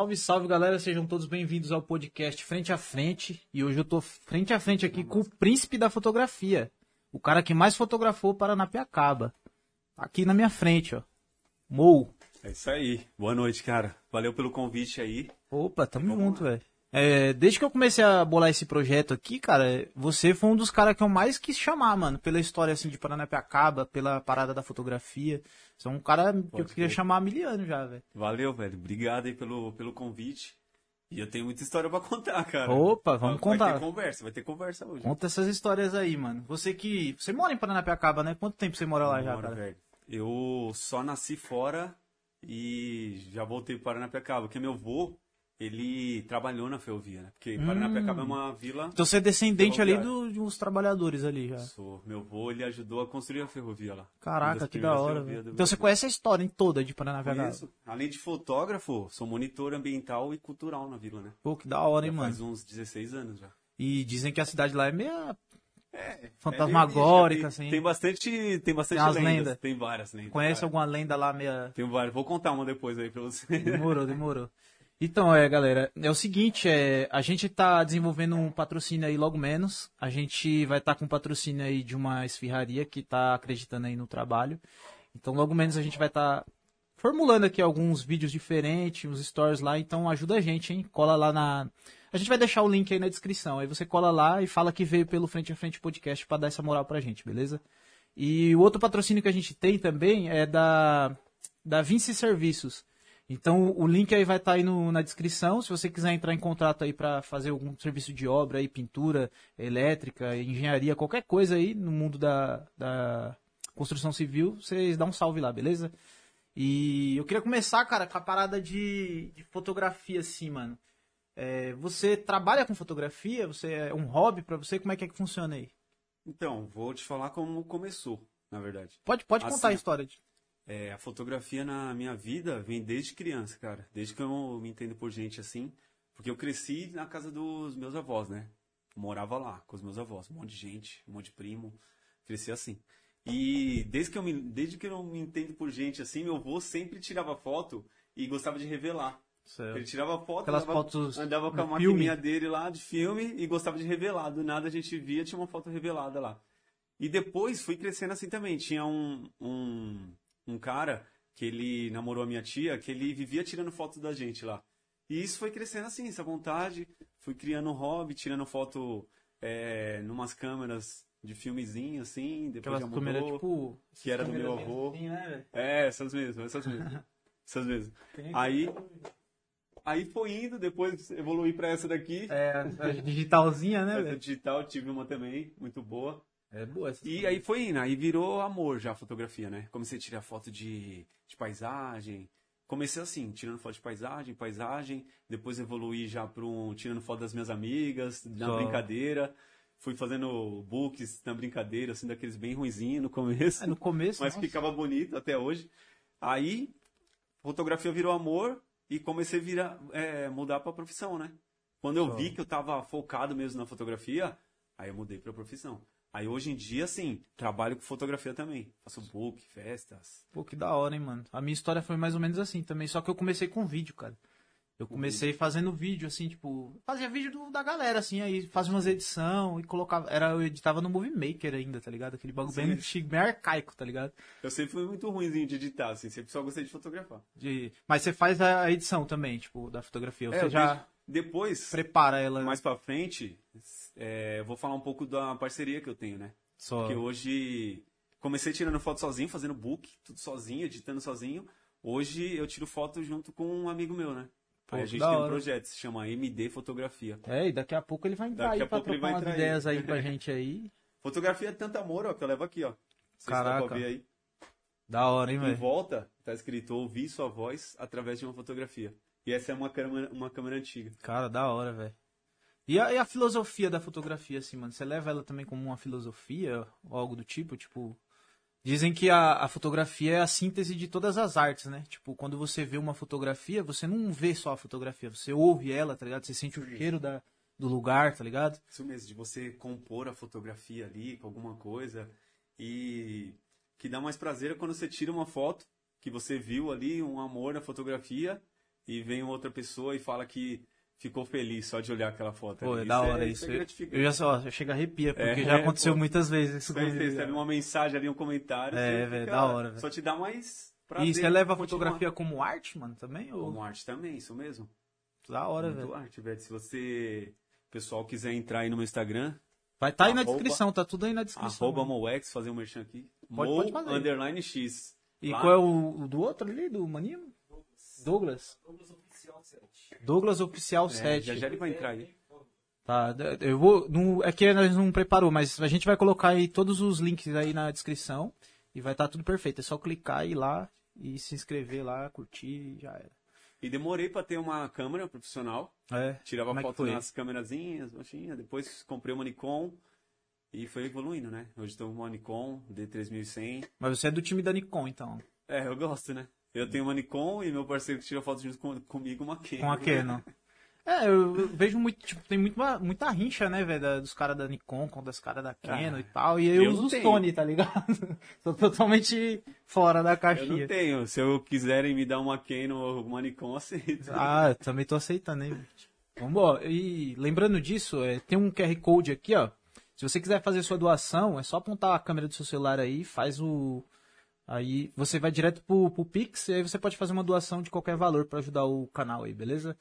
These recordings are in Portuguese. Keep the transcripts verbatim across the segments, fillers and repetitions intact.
Salve, salve, galera. Sejam todos bem-vindos ao podcast Frente a Frente. E hoje eu tô frente a frente aqui com o príncipe da fotografia. O cara que mais fotografou Paranapiacaba. Aqui na minha frente, ó. Mou. É isso aí. Boa noite, cara. Valeu pelo convite aí. Opa, tamo junto, velho. É, desde que eu comecei a bolar esse projeto aqui, cara, você foi um dos caras que eu mais quis chamar, mano. Pela história, assim, de Paranapiacaba, pela parada da fotografia. Você é um cara que Pode eu queria ver. chamar há mil anos já, velho. Valeu, velho. Obrigado aí pelo, pelo convite. E eu tenho muita história pra contar, cara. Opa, vamos vai, contar. Vai ter conversa, vai ter conversa hoje. Conta essas histórias aí, mano. Você que... Você mora em Paranapiacaba, né? Quanto tempo você mora lá eu já, moro, cara? Velho. Eu só nasci fora e já voltei para Paranapiacaba. Porque meu avô, ele trabalhou na ferrovia, né? Porque hum. Paranapiacaba é uma vila... Então você é descendente ali do, dos trabalhadores ali já. Sou. Meu avô, ele ajudou a construir a ferrovia lá. Caraca, que da hora, velho. Então você conhece a história toda de Paranapiacaba? Conheço. Além de fotógrafo, sou monitor ambiental e cultural na vila, né? Pô, que da hora, já hein, mano? Faz uns dezesseis anos já. E dizem que a cidade lá é meio... É, fantasmagórica, é assim. Tem bastante, tem bastante tem lendas. lendas. Tem várias lendas. Conhece cara. alguma lenda lá meia... Tem várias. Vou contar uma depois aí pra você. Demorou, demorou. Então, é, galera, é o seguinte, é, a gente tá desenvolvendo um patrocínio aí logo menos. A gente vai estar tá com um patrocínio aí de uma esfirraria que tá acreditando aí no trabalho. Então, logo menos a gente vai estar tá formulando aqui alguns vídeos diferentes, uns stories lá. Então, ajuda a gente, hein? Cola lá na... A gente vai deixar o link aí na descrição. Aí você cola lá e fala que veio pelo Frente a Frente Podcast pra dar essa moral pra gente, beleza? E o outro patrocínio que a gente tem também é da, da Vinci Serviços. Então o link aí vai estar tá aí no, na descrição. Se você quiser entrar em contrato aí pra fazer algum serviço de obra aí, pintura, elétrica, engenharia, qualquer coisa aí no mundo da, da construção civil, vocês dão um salve lá, beleza? E eu queria começar, cara, com a parada de, de fotografia assim, mano. É, você trabalha com fotografia? Você é um hobby pra você? Como é que é que funciona aí? Então, vou te falar como começou, na verdade. Pode, pode contar assim, a história. De... É, a fotografia na minha vida vem desde criança, cara. Desde que eu me entendo por gente assim. Porque eu cresci na casa dos meus avós, né? Eu morava lá com os meus avós. Um monte de gente, um monte de primo. Cresci assim. E desde que eu me, desde que eu me entendo por gente assim, meu avô sempre tirava foto e gostava de revelar. Certo. Ele tirava foto, Aquelas andava, fotos andava com a maquininha dele lá de filme e gostava de revelar. Do nada a gente via, tinha uma foto revelada lá. E depois fui crescendo assim também. Tinha um, um, um cara que ele namorou a minha tia, que ele vivia tirando fotos da gente lá. E isso foi crescendo assim, essa vontade. Fui criando um hobby, tirando foto é, numas câmeras de filmezinho, assim. Depois Aquelas já mudou, câmeras, tipo... que era do meu avô. Assim, né, é, essas mesmas, essas mesmas. essas mesmas. Aí... Aí foi indo, depois evoluí pra essa daqui. É, a digitalzinha, né, essa velho? digital, tive uma também, muito boa. É boa essa. E aí foi indo, aí virou amor já a fotografia, né? Comecei a tirar foto de, de paisagem. Comecei assim, tirando foto de paisagem, paisagem. Depois evoluí já para um tirando foto das minhas amigas, na Só. brincadeira. Fui fazendo books na brincadeira, assim, daqueles bem ruinzinhos no começo. É, no começo, Mas nossa. ficava bonito até hoje. Aí, fotografia virou amor. E comecei a virar, é, mudar para a profissão, né? Quando eu Só. vi que eu estava focado mesmo na fotografia, aí eu mudei para a profissão. Aí hoje em dia, assim, trabalho com fotografia também. Faço book, festas. Pô, que da hora, hein, mano. A minha história foi mais ou menos assim também, só que eu comecei com vídeo, cara. Eu comecei vídeo. fazendo vídeo, assim, tipo... Fazia vídeo do, da galera, assim, aí fazia umas edição e colocava... Era, eu editava no Movie Maker ainda, tá ligado? Aquele bagulho bem, chique, bem arcaico, tá ligado? Eu sempre fui muito ruimzinho de editar, assim. Sempre só gostei de fotografar. De... Mas você faz a edição também, tipo, da fotografia. Ou É, você eu já vejo- Depois, prepara ela mais pra frente, é, eu vou falar um pouco da parceria que eu tenho, né? só. Porque hoje comecei tirando foto sozinho, fazendo book, tudo sozinho, editando sozinho. Hoje eu tiro foto junto com um amigo meu, né? Pô, Aí a gente da tem um hora. projeto, se chama M D Fotografia. É, e daqui a pouco ele vai entrar Daqui aí a pra pouco ele trocar vai umas entrar aí. ideias aí pra gente aí. Fotografia é tanto amor, ó, que eu levo aqui, ó. Não sei se dá Caraca. pra ver aí. Da hora, hein, Em velho? volta, tá escrito ouvir sua voz através de uma fotografia. E essa é uma câmera, uma câmera antiga. Cara, da hora, velho. E a, e a filosofia da fotografia, assim, mano? Você leva ela também como uma filosofia ou algo do tipo? Tipo, dizem que a, a fotografia é a síntese de todas as artes, né? Tipo, quando você vê uma fotografia, você não vê só a fotografia, você ouve ela, tá ligado? Você sente o cheiro da, do lugar, tá ligado? Isso mesmo, de você compor a fotografia ali com alguma coisa. E que dá mais prazer é quando você tira uma foto que você viu ali, um amor na fotografia, e vem outra pessoa e fala que ficou feliz só de olhar aquela foto. Pô, ali. é da hora é, isso. é Eu, gratificante. eu já só, eu chego a arrepia, porque É, já aconteceu pô. muitas vezes isso Você comigo. recebe uma mensagem ali, um comentário, É, você velho, fica- da hora, velho. só te dá mais E prazer. você leva a continuar. fotografia como arte, mano, também? Ou... Como arte também, isso mesmo. Da hora, Muito velho. arte, velho. Se você, pessoal, quiser entrar aí no meu Instagram, Vai estar tá aí na Arroba- descrição, tá tudo aí na descrição. arroba mano. Moex, fazer um merchan aqui. Pode- Mo pode fazer. underline X. E Lá- qual é o, o do outro ali, do maninho? Douglas. Douglas Oficial É, sete. já já ele vai entrar aí. Tá, eu vou. Não, é que nós não preparou, mas a gente vai colocar aí todos os links aí na descrição e vai estar tudo perfeito. É só clicar e ir lá e se inscrever lá, curtir e já era. E demorei pra ter uma câmera profissional. É. Tirava Como é que foto foi? nas câmerazinhas, baixinha. Depois comprei uma Nikon e foi evoluindo, né? Hoje estou com uma Nikon D três mil e cem. Mas você é do time da Nikon, então. É, eu gosto, né? Eu tenho uma Nikon e meu parceiro que tira foto junto com, comigo, uma Canon. Com a Canon. É, eu, eu vejo muito, tipo, tem muito, muita rincha, né, velho, dos caras da Nikon com das caras da Canon Ah, e tal. E eu, eu uso não os tenho. Sony, tá ligado? Tô totalmente fora da Eu não caixinha. tenho. Se eu quiserem me dar uma Canon ou uma Nikon, eu aceito. Ah, eu também tô aceitando, hein? Vamos, ó, e lembrando disso, é, tem um Q R Code aqui, ó. Se você quiser fazer sua doação, é só apontar a câmera do seu celular aí, faz o... Aí você vai direto pro, pro Pix e aí você pode fazer uma doação de qualquer valor pra ajudar o canal aí, beleza?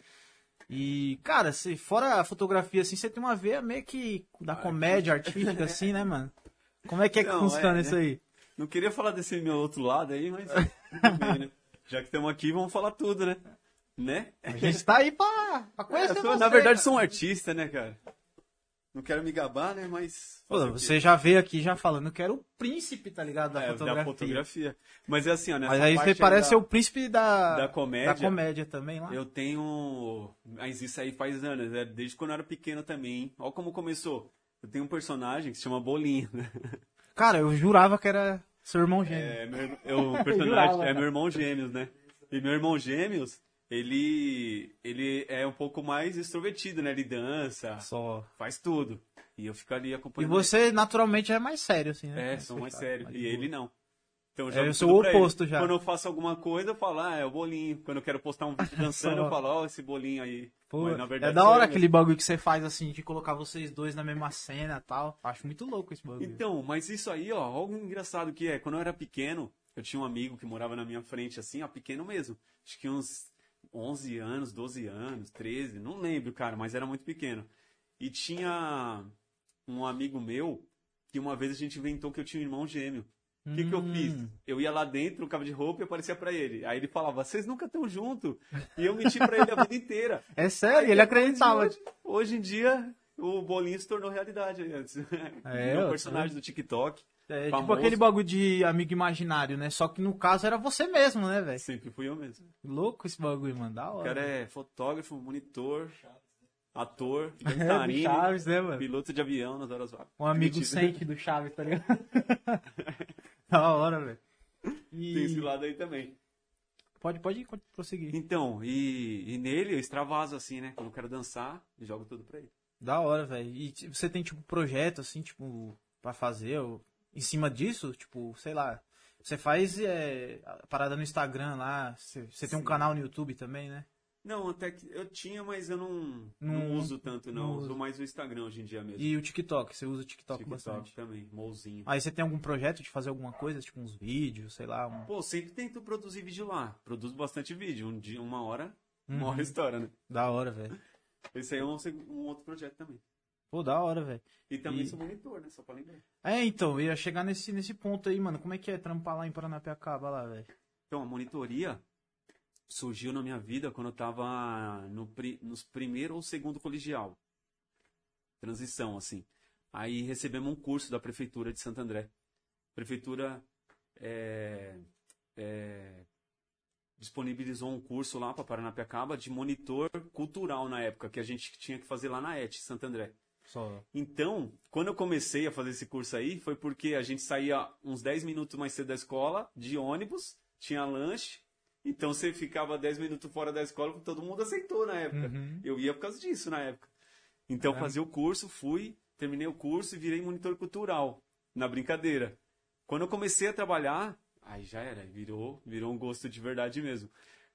E, cara, se fora a fotografia, assim, você tem uma veia meio que da comédia artística, assim, né, mano? Como é que é que Não, funciona é, isso né? aí? Não queria falar desse meu outro lado aí, mas tudo bem, né? Já que estamos aqui, vamos falar tudo, né? Né? A gente tá aí pra, pra É, conhecer eu sou- você, na verdade, cara. sou um artista, né, cara? Não quero me gabar, né? Mas. Pô, fazer o quê? você já veio aqui já falando que era o príncipe, tá ligado? Da É, fotografia. da fotografia. Mas é assim, ó, nessa Mas aí parte você parece da- ser o príncipe da, da comédia. da comédia também lá. Eu tenho. Mas isso aí faz anos, né? Desde quando eu era pequeno também. Hein? Olha como começou. Eu tenho um personagem que se chama Bolinho, né? Cara, eu jurava que era seu irmão gêmeo. É, meu, irmão- eu, o personagem Jurava, é cara. meu irmão gêmeos, né? E meu irmão gêmeos, ele, ele é um pouco mais extrovertido, né? Ele dança, Só. faz tudo. E eu fico ali E acompanhando. você, naturalmente, é mais sério, assim, né? É, sou mais fechado, sério. mais E de boa. ele não. Então É, jogo eu sou tudo o pra ele. oposto já. Quando eu faço alguma coisa, eu falo, ah, é o bolinho. Quando eu quero postar um vídeo dançando, Só. eu falo, ó, esse bolinho aí. Pô, Mas, na verdade, é da sou hora eu aquele bagulho que você faz, assim, de colocar vocês dois na mesma cena e tal. Acho muito louco esse bagulho. Então, mas isso aí, ó, algo engraçado que é, quando eu era pequeno, eu tinha um amigo que morava na minha frente, assim, ó, pequeno mesmo. Acho que uns onze anos, doze anos, treze, não lembro, cara, mas era muito pequeno. E tinha um amigo meu que uma vez a gente inventou que eu tinha um irmão gêmeo. O que, que eu Hum. fiz? Eu ia lá dentro, trocava de roupa e aparecia pra ele. Aí ele falava, vocês nunca estão juntos. E eu menti pra ele a vida inteira. É sério, Aí, ele depois acreditava. de Hoje, hoje em dia, o bolinho se tornou realidade. É, É, um ó, personagem do TikTok. É tipo famoso. aquele bagulho de amigo imaginário, né? Só que no caso era você mesmo, né, velho? Sempre fui eu mesmo. Louco esse bagulho, mano. Da O hora. cara é fotógrafo, monitor, ator, É, do dançarino, Chaves, né, mano? piloto de avião nas horas vagas. Um amigo Mentira. sente do Chaves, tá ligado? Da hora, velho. E... Tem esse lado aí também. Pode, pode pode prosseguir. Então, e, e nele eu extravaso assim, né? Quando eu quero dançar, eu jogo tudo pra ele. Da hora, velho. E t- você tem, tipo, projeto, assim, tipo, pra fazer? Ou, em cima disso, tipo, sei lá. Você faz é, a parada no Instagram lá. Você, você tem um Sim. canal no YouTube também, né? Não, até que eu tinha, mas eu não, Não- não uso tanto, não. não Uso usa. mais o Instagram hoje em dia mesmo. E o TikTok, você usa o TikTok, TikTok bastante. também, molzinho. Aí você tem algum projeto de fazer alguma coisa, tipo uns vídeos, sei lá, um... Pô, sempre tento produzir vídeo lá. Produzo bastante vídeo. Um dia, uma hora, uma Uhum. hora estoura, né? Da hora, velho. Esse aí é um, seg- um outro projeto também. Pô, da hora, velho. E também E- sou monitor, né? Só pra lembrar. É, então, eu ia chegar nesse, nesse ponto aí, mano. Como é que é trampar lá em Paranapiacaba lá, velho? Então, a monitoria surgiu na minha vida quando eu tava no, pri- nos primeiro ou segundo colegial. Transição, assim. Aí recebemos um curso da Prefeitura de Santo André. A Prefeitura é, é, disponibilizou um curso lá para Paranapiacaba de monitor cultural na época, que a gente tinha que fazer lá na E T, Santo André. Só. Então, quando eu comecei a fazer esse curso aí, foi porque a gente saía uns dez minutos mais cedo da escola, de ônibus, tinha lanche, então você ficava dez minutos fora da escola, todo mundo aceitou na época. Uhum. Eu ia por causa disso na época. Então, Caramba. fazia o curso, fui, terminei o curso e virei monitor cultural, na brincadeira. Quando eu comecei a trabalhar, aí já era, virou, virou um gosto de verdade mesmo.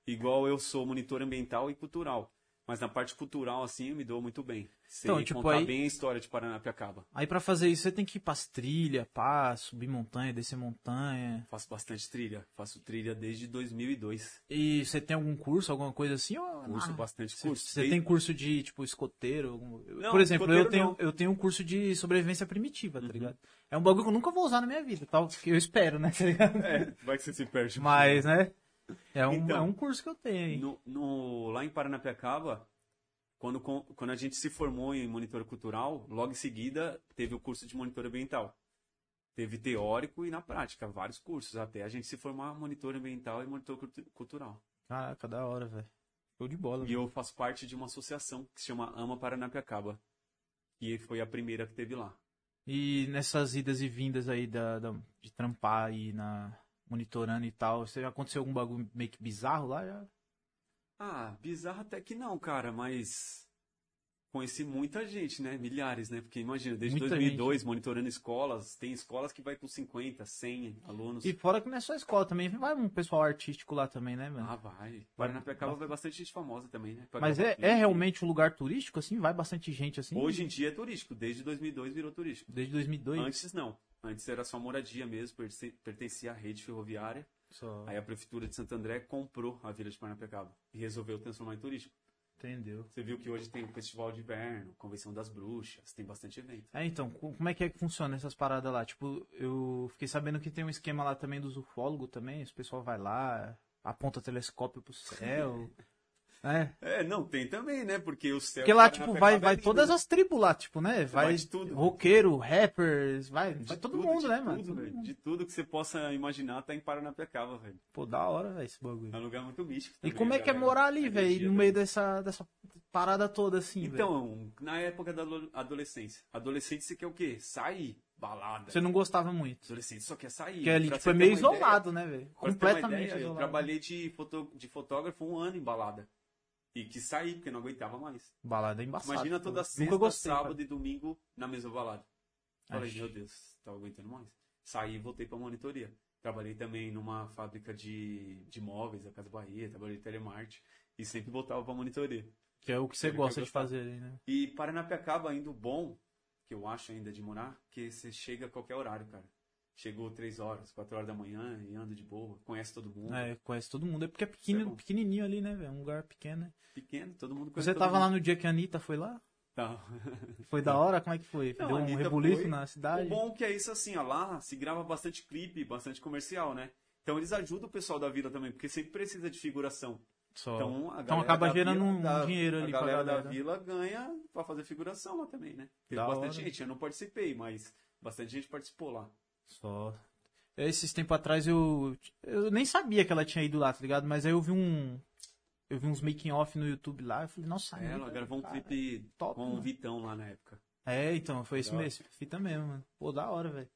igual eu sou monitor ambiental e cultural. Mas na parte cultural, assim, eu me dou muito bem. Sei Então, tipo, contar aí- bem a história de Paranapiacaba. Aí pra fazer isso você tem que ir pras trilhas, pá, subir montanha, descer montanha. Faço bastante trilha. Faço trilha desde dois mil e dois. E você tem algum curso, alguma coisa assim? Ou... Curso, Ah, bastante você- curso. Você Desde- tem curso de, tipo, escoteiro? algum- Não, Por exemplo, eu escoteiro tenho, não. eu tenho um curso de sobrevivência primitiva, Uhum. tá ligado? É um bagulho que eu nunca vou usar na minha vida, tal, que eu espero, né, tá ligado? É, vai que você se perde. Mas, né, é um, Então, é um curso que eu tenho aí. No, no- lá em Paranapiacaba, quando, quando a gente se formou em monitor cultural, logo em seguida teve o curso de monitor ambiental. Teve teórico e na prática, vários cursos, até a gente se formar monitor ambiental e monitor cultu- cultural. Caraca, da hora, velho. Show de bola, E velho. eu faço parte de uma associação que se chama Ama Paranapiacaba, que foi a primeira que teve lá. E nessas idas e vindas aí da, da- de trampar aí na monitorando e tal, você já aconteceu algum bagulho meio que bizarro lá? Já? Ah, bizarro até que não, cara, mas conheci muita gente, né? Milhares, né? Porque imagina, desde Muita dois mil e dois, monitorando escolas, tem escolas que vai com cinquenta, cem alunos. E fora que não é só escola também, vai um pessoal artístico lá também, né, mano? Ah, vai. Paranapiacaba vai bastante gente famosa também, né? Mas é, é realmente um lugar turístico, assim? Vai bastante gente, assim? Hoje em dia é turístico, desde dois mil e dois virou turístico. Desde dois mil e dois? Antes não. Antes era só moradia mesmo, perce- pertencia à rede ferroviária. Só. Aí a prefeitura de Santo André comprou a vila de Paranapiacaba e resolveu transformar em turístico. Entendeu. Você viu que hoje tem o Festival de Inverno, Convenção das Bruxas, tem bastante evento. É, então, co- como é que é que funciona essas paradas lá? Tipo, eu fiquei sabendo que tem um esquema lá também dos ufólogos também, o pessoal vai lá, aponta telescópio pro céu. É. É, não, tem também, né? Porque o céu Porque de lá, tipo, Paranapiacaba vai, é vai lindo, todas né? as tribos lá, tipo, né? Vai, vai de tudo. roqueiro, rappers, vai, De vai todo tudo, mundo, de né, tudo, mano? Todo velho. mundo. De tudo que você possa imaginar tá em Paranapiacaba, velho. Pô, da hora, velho, esse bagulho. É um lugar muito místico E também, como é que é galera. morar ali, A velho, energia no também. meio dessa, dessa parada toda assim, velho? Então, na época da ado- adolescência. Adolescente você quer o quê? Sair, balada. Você não gostava muito. Adolescente só quer sair. Porque ali, Pra tipo, você é ter meio uma isolado, ideia- né, velho? pra você ter uma Completamente ideia, isolado. Eu trabalhei de, foto, de fotógrafo um ano em balada. E quis sair, porque não aguentava mais. Balada é embaçado. Imagina pô. toda Nunca sexta, gostei, sábado cara. e domingo na mesma balada. Falei, Acho. meu Deus, tava aguentando mais. Saí e voltei pra monitoria. Trabalhei também numa fábrica de, de móveis, a Casa Bahia, trabalhei em Telemarte. E sempre voltava pra monitoria. Que é o que você Era o que gosta eu de gostava. fazer aí, né? E Paranapiacaba ainda o bom, que eu acho ainda de morar, que você chega a qualquer horário, cara. Chegou três horas, quatro horas da manhã e anda de boa, conhece todo mundo. É, conhece todo mundo. É porque é pequeno, Isso é bom. pequenininho ali, né, velho? Um lugar pequeno, né? Pequeno, todo mundo conhece Você todo tava lá mundo. no dia que a Anitta foi lá? Tá. Foi da hora? Como é que foi? Não, Deu a um Anitta rebuliço foi. na cidade? O bom que é isso assim, ó, lá se grava bastante clipe, bastante comercial, né? Então eles ajudam o pessoal da vila também, porque sempre precisa de figuração. Só. Então, a Então galera acaba da gerando vila- um da- dinheiro ali a pra galera galera. da vila ganha pra fazer figuração lá também, né? Teve Da bastante hora. gente, eu não participei, mas bastante gente participou lá. Só. Esses tempos atrás eu. Eu nem sabia que ela tinha ido lá, tá ligado? Mas aí eu vi um. Eu vi uns making off no YouTube lá. Eu falei, nossa, É, ela Anitta, gravou um cara, clipe top, com o mano. Vitão lá na época. É, então, foi isso Da hora. mesmo. Fita mesmo, mano. Pô, da hora, velho.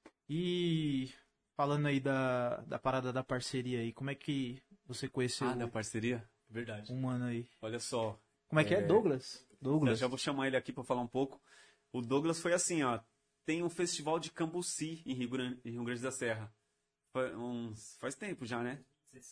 E falando aí da, da parada da parceria aí, como é que você conheceu Ah, da parceria? Verdade. um mano aí? Olha só. Como é que é? É, Douglas? Eu Douglas. já vou chamar ele aqui pra falar um pouco. O Douglas foi assim, ó. Tem um festival de Cambuci em Rio Grande, em Rio Grande da Serra. Fa- uns- faz tempo já, né?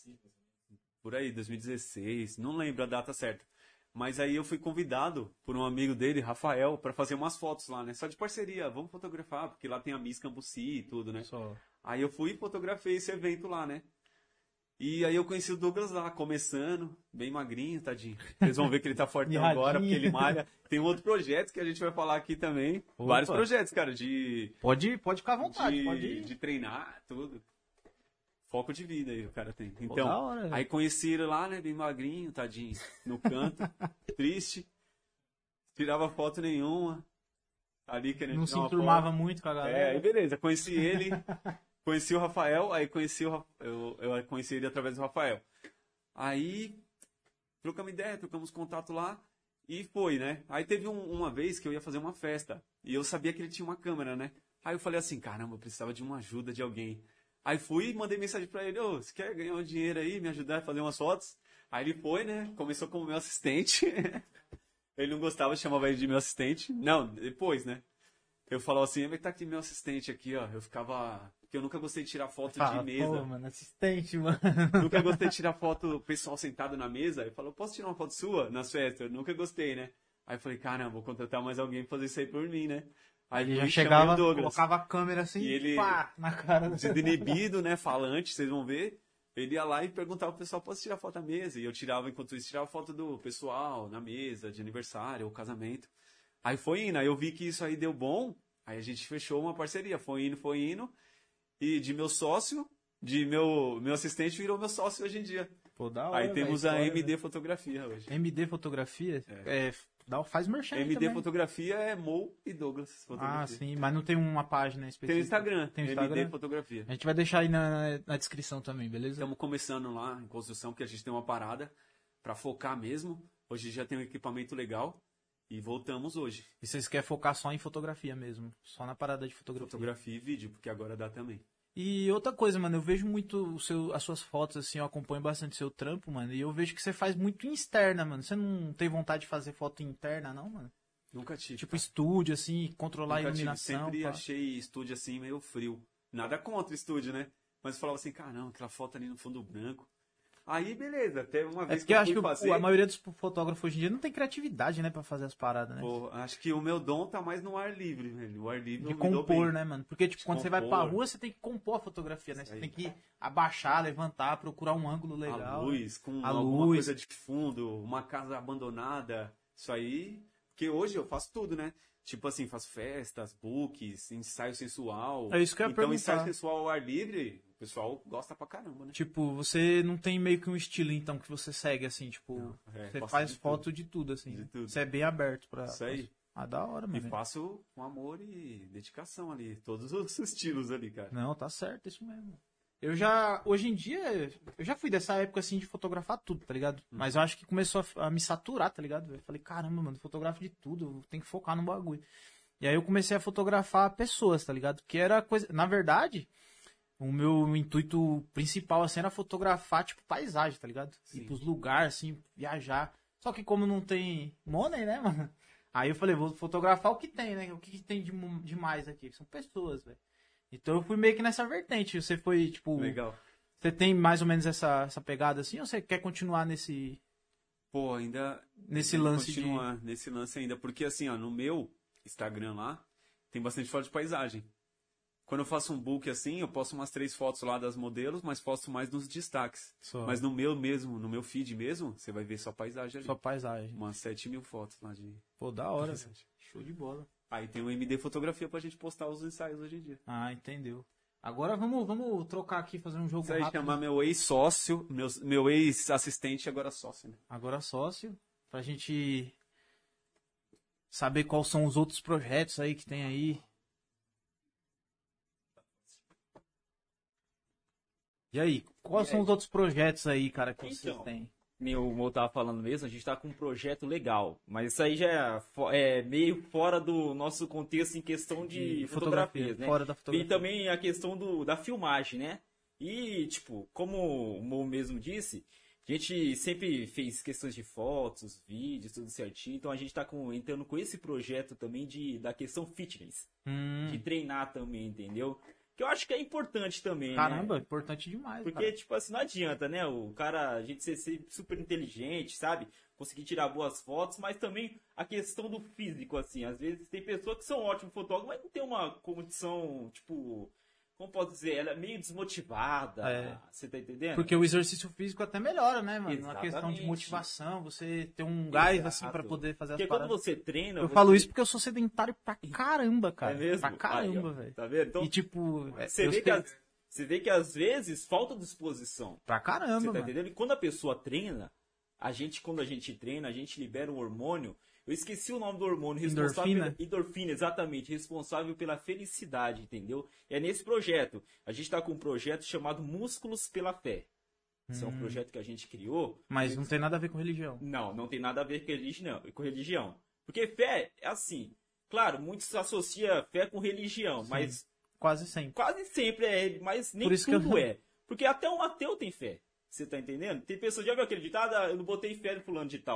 Por aí, dois mil e dezesseis. Não lembro a data certa. Mas aí eu fui convidado por um amigo dele, Rafael, pra fazer umas fotos lá, né? Só de parceria. Vamos fotografar, porque lá tem a Miss Cambuci e tudo, né? Só. Aí eu fui e fotografei esse evento lá, né? E aí eu conheci o Douglas lá, começando, bem magrinho, tadinho. Vocês vão ver que ele tá fortão Mirradinho. agora, porque ele malha. Tem um outro projeto que a gente vai falar aqui também. Opa. Vários projetos, cara, de, Pode, pode ficar à vontade, de, pode ir. de treinar, tudo. Foco de vida aí o cara tem. Pô, Então, da hora, velho. aí conheci ele lá, né, bem magrinho, tadinho, no canto, triste. Tirava foto nenhuma. Ali querendo Não tirar se uma enturmava foto. muito com a É, galera. aí beleza, conheci ele, conheci o Rafael, aí conheci o Ra- eu, eu conheci ele através do Rafael. Aí trocamos ideia, trocamos contato lá e foi, né? Aí teve um- uma vez que eu ia fazer uma festa e eu sabia que ele tinha uma câmera, né? Aí eu falei assim, caramba, eu precisava de uma ajuda de alguém. Aí fui e mandei mensagem pra ele, ô, você quer ganhar um dinheiro aí, me ajudar a fazer umas fotos? Aí ele foi, né? Começou como meu assistente. Ele não gostava, chamava ele de meu assistente. Não, depois, né? Eu falava assim, vai estar aqui meu assistente aqui, ó. Eu ficava porque eu nunca gostei de tirar foto Fala, de mesa. pô, mano, assistente, mano. Nunca gostei de tirar foto do pessoal sentado na mesa. Aí falou, posso tirar uma foto sua nas festas? Eu nunca gostei, né? Aí eu falei, caramba, vou contratar mais alguém pra fazer isso aí por mim, né? Aí Ele já fui, chegava, chamei o Douglas. colocava a câmera assim, E ele- pá, na cara. Desinibido, né? Falante, vocês vão ver. Ele ia lá e perguntava pro pessoal, posso tirar foto da mesa? E eu tirava, enquanto isso, tirava foto do pessoal na mesa, de aniversário ou casamento. Aí foi indo, aí eu vi que isso aí deu bom, aí a gente fechou uma parceria. Foi indo, foi indo. E de meu sócio, de meu, meu assistente, virou meu sócio hoje em dia. Pô, da hora, Aí temos velho, a história, M D Fotografia hoje. velho. M D Fotografia? É. dá, faz merchan aí M D também. Fotografia é Mo e Douglas Ah, Fotografia. sim, mas não tem uma página específica. Tem o Instagram, Tem o M Instagram. D Fotografia. A gente vai deixar aí na, na descrição também, beleza? Estamos começando lá em construção, porque a gente tem uma parada para focar mesmo. Hoje já tem um equipamento legal e voltamos hoje. E vocês querem focar só em fotografia mesmo? Só na parada de fotografia? Fotografia e vídeo, porque agora dá também. E outra coisa, mano, eu vejo muito o seu, as suas fotos, assim, eu acompanho bastante seu trampo, mano, e eu vejo que você faz muito em externa, mano. Você não tem vontade de fazer foto interna, não, mano? Nunca tive. Tipo estúdio, assim, controlar Nunca a tive. iluminação. Sempre pá. achei estúdio assim meio frio. Nada contra estúdio, né? Mas eu falava assim, caramba, aquela foto ali no fundo branco. Aí, beleza, até uma É vez porque que eu eu acho fui que o- fazer... a maioria dos fotógrafos hoje em dia não tem criatividade, né, pra fazer as paradas, né? Pô, acho que o meu dom tá mais no ar livre, velho. O ar livre De eu me dou compor, bem. né, mano? Porque, tipo, De quando você vai pra compor. rua, você tem que compor a fotografia, né? Você Aí. tem que abaixar, levantar, procurar um ângulo A legal. luz, com A alguma luz. coisa de fundo, uma casa abandonada. Isso aí. Porque hoje eu faço tudo, né? Tipo assim, faço festas, books, ensaio sensual. É isso que eu ia Então, ensaio perguntar. sensual ao ar livre, o pessoal gosta pra caramba, né? Tipo, você não tem meio que um estilo, então, que você segue, assim, tipo, Não, é, você faço faz de tudo. foto de tudo, assim. De né? tudo. Você é bem aberto pra... Isso aí. Ah, da hora, E mano. faço com amor e dedicação ali. Todos os estilos ali, cara. Não, tá certo, isso mesmo. Eu já, hoje em dia, eu já fui dessa época, assim, de fotografar tudo, tá ligado? Mas eu acho que começou a, a me saturar, tá ligado? Eu falei, caramba, mano, fotografo de tudo, eu tenho que focar no bagulho. E aí eu comecei a fotografar pessoas, tá ligado? Que era coisa... Na verdade, o meu intuito principal, assim, era fotografar, tipo, paisagem, tá ligado? Sim. Ir pros lugares, assim, viajar. Só que como não tem money, né, mano? Aí eu falei, vou fotografar o que tem, né? O que, que tem de, mo- de mais aqui? São pessoas, velho. Então eu fui meio que nessa vertente. Você foi, tipo... Legal. Você tem mais ou menos essa, essa pegada assim? Ou você quer continuar nesse... Pô, ainda. Nesse ainda lance de- continuar nesse lance ainda. Porque assim, ó, no meu Instagram lá, tem bastante foto de paisagem. Quando eu faço um book assim, eu posto umas três fotos lá das modelos, mas posto mais nos destaques. Só, Mas no meu mesmo, no meu feed mesmo, você vai ver só paisagem ali. só paisagem. Umas sete mil fotos lá de. Pô, da hora, paisagem. velho. Show de bola. Aí tem o M D Fotografia pra gente postar os ensaios hoje em dia. Ah, entendeu. Agora vamos, vamos trocar aqui, fazer um jogo Isso aí rápido. chamar meu ex-sócio, meu, meu ex-assistente, agora sócio, né? Agora sócio, pra gente saber quais são os outros projetos aí que tem aí. E aí, quais E são aí? os outros projetos aí, cara, que vocês Então. têm? Meu, como eu tava falando mesmo, a gente tá com um projeto legal, mas isso aí já é, fo- é meio fora do nosso contexto em questão de, fotografias, né? Fora da E fotografia. também a questão do, da filmagem, né? E, tipo, como o Mo mesmo disse, a gente sempre fez questões de fotos, vídeos, tudo certinho, então a gente tá com, entrando com esse projeto também de, da questão fitness, Hum, de treinar também, entendeu? Que eu acho que é importante também, né? caramba, importante demais, Porque, cara. tipo assim, não adianta, né? O cara, a gente ser, ser super inteligente, sabe? Conseguir tirar boas fotos, mas também a questão do físico, assim. Às vezes tem pessoas que são ótimos fotógrafos, mas não tem uma condição, tipo... Como posso dizer? Ela é meio desmotivada. É. Você tá entendendo? Porque o exercício físico até melhora, né, mano? Na questão de Exatamente. motivação, você ter um gás, Exato. assim, pra poder fazer as Porque quando paradas. você treina... Eu você- falo isso porque eu sou sedentário pra caramba, cara. É mesmo? Pra caramba, Aí, ó, velho. Tá vendo? Então, E tipo, é, você eu vê, que sei- às, você vê que às vezes falta disposição. pra caramba, Você tá mano. entendendo? E quando a pessoa treina, a gente, quando a gente treina, a gente libera um hormônio. Eu esqueci o nome do hormônio, responsável Endorfina? pela endorfina, exatamente, responsável pela felicidade, entendeu? É nesse projeto. A gente está com um projeto chamado Músculos pela Fé. Esse é um projeto que a gente criou. Hum. Mas não tem nada a ver com religião. Não, não tem nada a ver com religião. Com religião. Porque fé é assim. Claro, muitos associam fé com religião, Sim. mas Quase sempre. quase sempre é, mas nem Por isso que eu tudo não- é. Porque até um ateu tem fé. Você tá entendendo? Tem pessoas, já viu aquele ditado, ah, eu não botei fé no fulano de tal.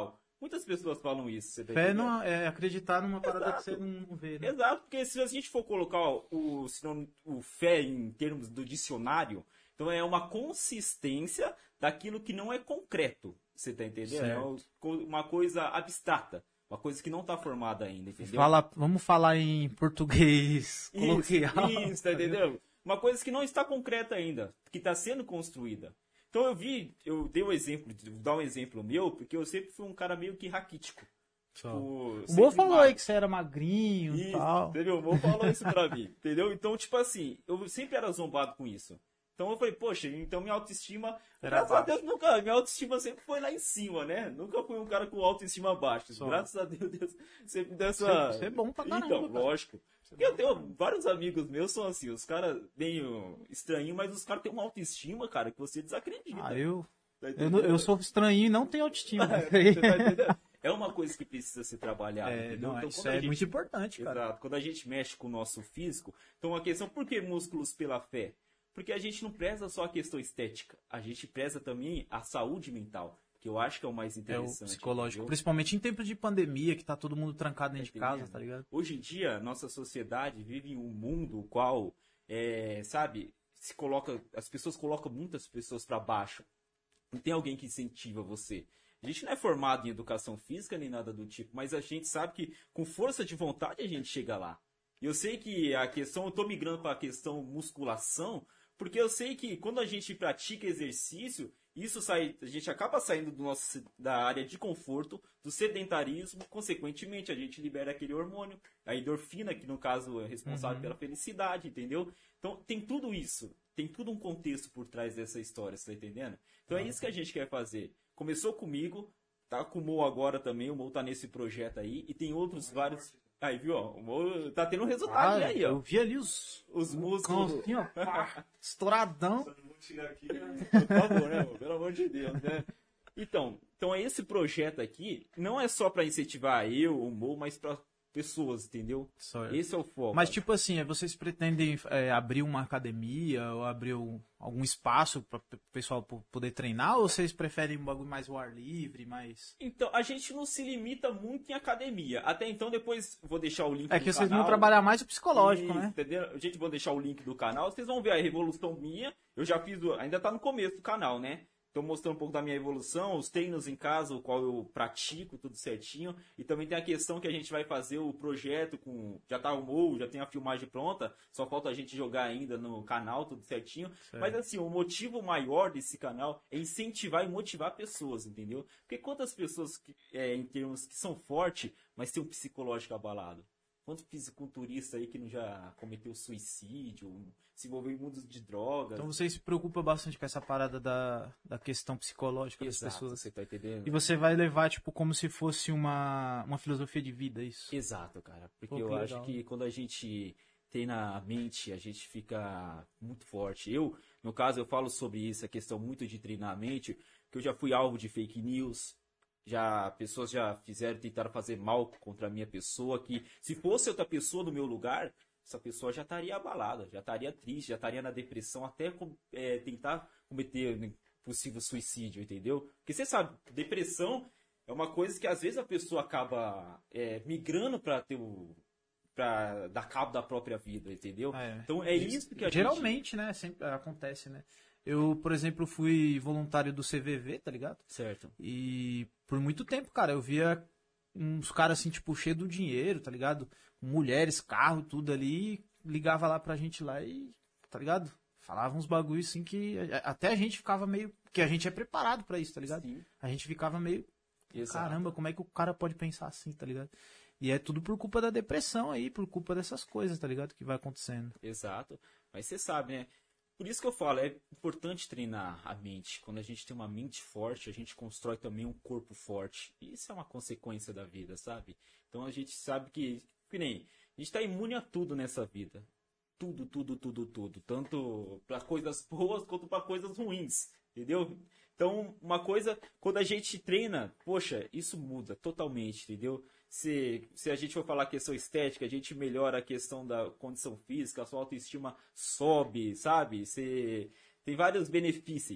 Muitas pessoas falam isso. Você tá Fé entendendo? não, é acreditar numa parada Exato. que você não vê, né? Exato, porque se a gente for colocar o, sinônimo- o fé em termos do dicionário, então é uma consistência daquilo que não é concreto. Você tá entendendo? É Certo. uma coisa abstrata. Uma coisa que não está formada ainda, entendeu? Fala, vamos falar em português coloquial. Isso, isso, tá entendendo? Uma coisa que não está concreta ainda, que está sendo construída. Então eu vi, eu dei um exemplo, vou dar um exemplo meu, porque eu sempre fui um cara meio que raquítico. Só. O O Mo falou aí que você era magrinho e Isso, tal. entendeu? O Mo falou isso pra mim, entendeu? Então, tipo assim, eu sempre era zombado com isso. Então eu falei, poxa, então minha autoestima. Era Graças a baixo. Deus, nunca. Minha autoestima sempre foi lá em cima, né? Nunca fui um cara com autoestima baixa. Só. Graças a Deus, Deus sempre dessa. Você- você é bom pra caramba, Então, cara. lógico. Porque eu tenho vários amigos meus, são assim, os caras meio estranhos, mas os caras têm uma autoestima, cara, que você desacredita. Ah, eu, Tá eu, entendendo? não- eu sou estranho e não tenho autoestima. Você tá entendendo? É uma coisa que precisa ser trabalhada, É, entendeu? não, Então, isso quando a é gente- muito importante, cara. Exato. Quando a gente mexe com o nosso físico, então a questão, por que músculos pela fé? Porque a gente não preza só a questão estética, a gente preza também a saúde mental, que eu acho que é o mais É o interessante. psicológico. entendeu? Principalmente em tempos de pandemia, que tá todo mundo trancado dentro de Entendendo? casa, tá ligado? Hoje em dia, nossa sociedade vive em um mundo o qual, é, sabe, se coloca, as pessoas colocam muitas pessoas para baixo. Não tem alguém que incentiva você. A gente não é formado em educação física nem nada do tipo, mas a gente sabe que com força de vontade a gente chega lá. E eu sei que a questão, eu tô migrando para a questão musculação, porque eu sei que quando a gente pratica exercício, isso sai, a gente acaba saindo do nosso, da área de conforto, do sedentarismo, consequentemente a gente libera aquele hormônio, a endorfina, que no caso é responsável pela felicidade, entendeu? Então tem tudo isso, tem tudo um contexto por trás dessa história, você tá entendendo? Então é isso que a gente quer fazer. Começou comigo, tá com o Mo agora também, o Mo tá nesse projeto aí, e tem outros vários... Aí, viu, ó, o Mo tá tendo um resultado Ah, aí, eu ó. vi ali os, Os cão músculos... assim, ó, pá, estouradão. Só não vou tirar aqui, né? Por favor, né, amor? Pelo amor de Deus, né? Então, então esse projeto aqui não é só para incentivar eu, o Mo, mas para pessoas, entendeu? Só- Esse é o foco. Mas, tipo assim, é, vocês pretendem é, abrir uma academia ou abrir um- algum espaço para o pessoal po- poder treinar? Ou vocês preferem um bagulho mais ao ar livre, mais... Então, a gente não se limita muito em academia. Até então, depois vou deixar o link É do que vocês canal. vão trabalhar mais o psicológico, Isso, né? Entendeu? Gente, vou deixar o link do canal. Vocês vão ver a evolução minha. Eu já fiz, o- ainda tá no começo do canal, né? Tô mostrando um pouco da minha evolução, os treinos em casa, o qual eu pratico, tudo certinho. E também tem a questão que a gente vai fazer o projeto com... Já tá arrumou, já tem a filmagem pronta. Só falta a gente jogar ainda no canal, tudo certinho. Certo. Mas assim, o motivo maior desse canal é incentivar e motivar pessoas, entendeu? Porque quantas pessoas, que, é, em termos que são fortes, mas tem um psicológico abalado? Quanto fisiculturista aí que não já cometeu suicídio, se envolveu em mundos de drogas? Então vocês se preocupam bastante com essa parada da, da questão psicológica das Exato, pessoas. você tá entendendo? E você vai levar, tipo, como se fosse uma, uma filosofia de vida, é isso? Exato, cara. Porque Pô, que eu legal. acho que quando a gente treina a mente, a gente fica muito forte. Eu, no caso, eu falo sobre isso, a questão muito de treinar a mente, que eu já fui alvo de fake news. Já, pessoas já fizeram, tentaram fazer mal contra a minha pessoa, que se fosse outra pessoa no meu lugar, essa pessoa já estaria abalada, já estaria triste, já estaria na depressão, até com- é, tentar cometer um possível suicídio, entendeu? Porque você sabe, depressão é uma coisa que às vezes a pessoa acaba é, migrando para ter o para dar cabo da própria vida, entendeu? É. Então é isso que a Geralmente, né? Sempre acontece, né? Eu, por exemplo, fui voluntário do C V V, tá ligado? gente... Certo. E por muito tempo, cara, eu via uns caras assim, tipo, cheio do dinheiro, tá ligado? Mulheres, carro, tudo ali. Ligava lá pra gente lá e, tá ligado? Falava uns bagulhos assim que a- até a gente ficava meio. Porque a gente é preparado pra isso, tá ligado? Sim. A gente ficava meio. Exato. Caramba, como é que o cara pode pensar assim, tá ligado? E é tudo por culpa da depressão aí, por culpa dessas coisas, tá ligado? Que vai acontecendo. Exato. Mas você sabe, né? Por isso que eu falo, é importante treinar a mente. Quando a gente tem uma mente forte, a gente constrói também um corpo forte. E isso é uma consequência da vida, sabe? Então a gente sabe que, que nem, a gente tá imune a tudo nessa vida. Tudo, tudo, tudo, tudo. Tanto para coisas boas quanto para coisas ruins. Entendeu? Então, uma coisa, quando a gente treina, poxa, isso muda totalmente, entendeu? Se, se a gente for falar questão estética, a gente melhora a questão da condição física, a sua autoestima sobe, sabe? Você tem vários benefícios.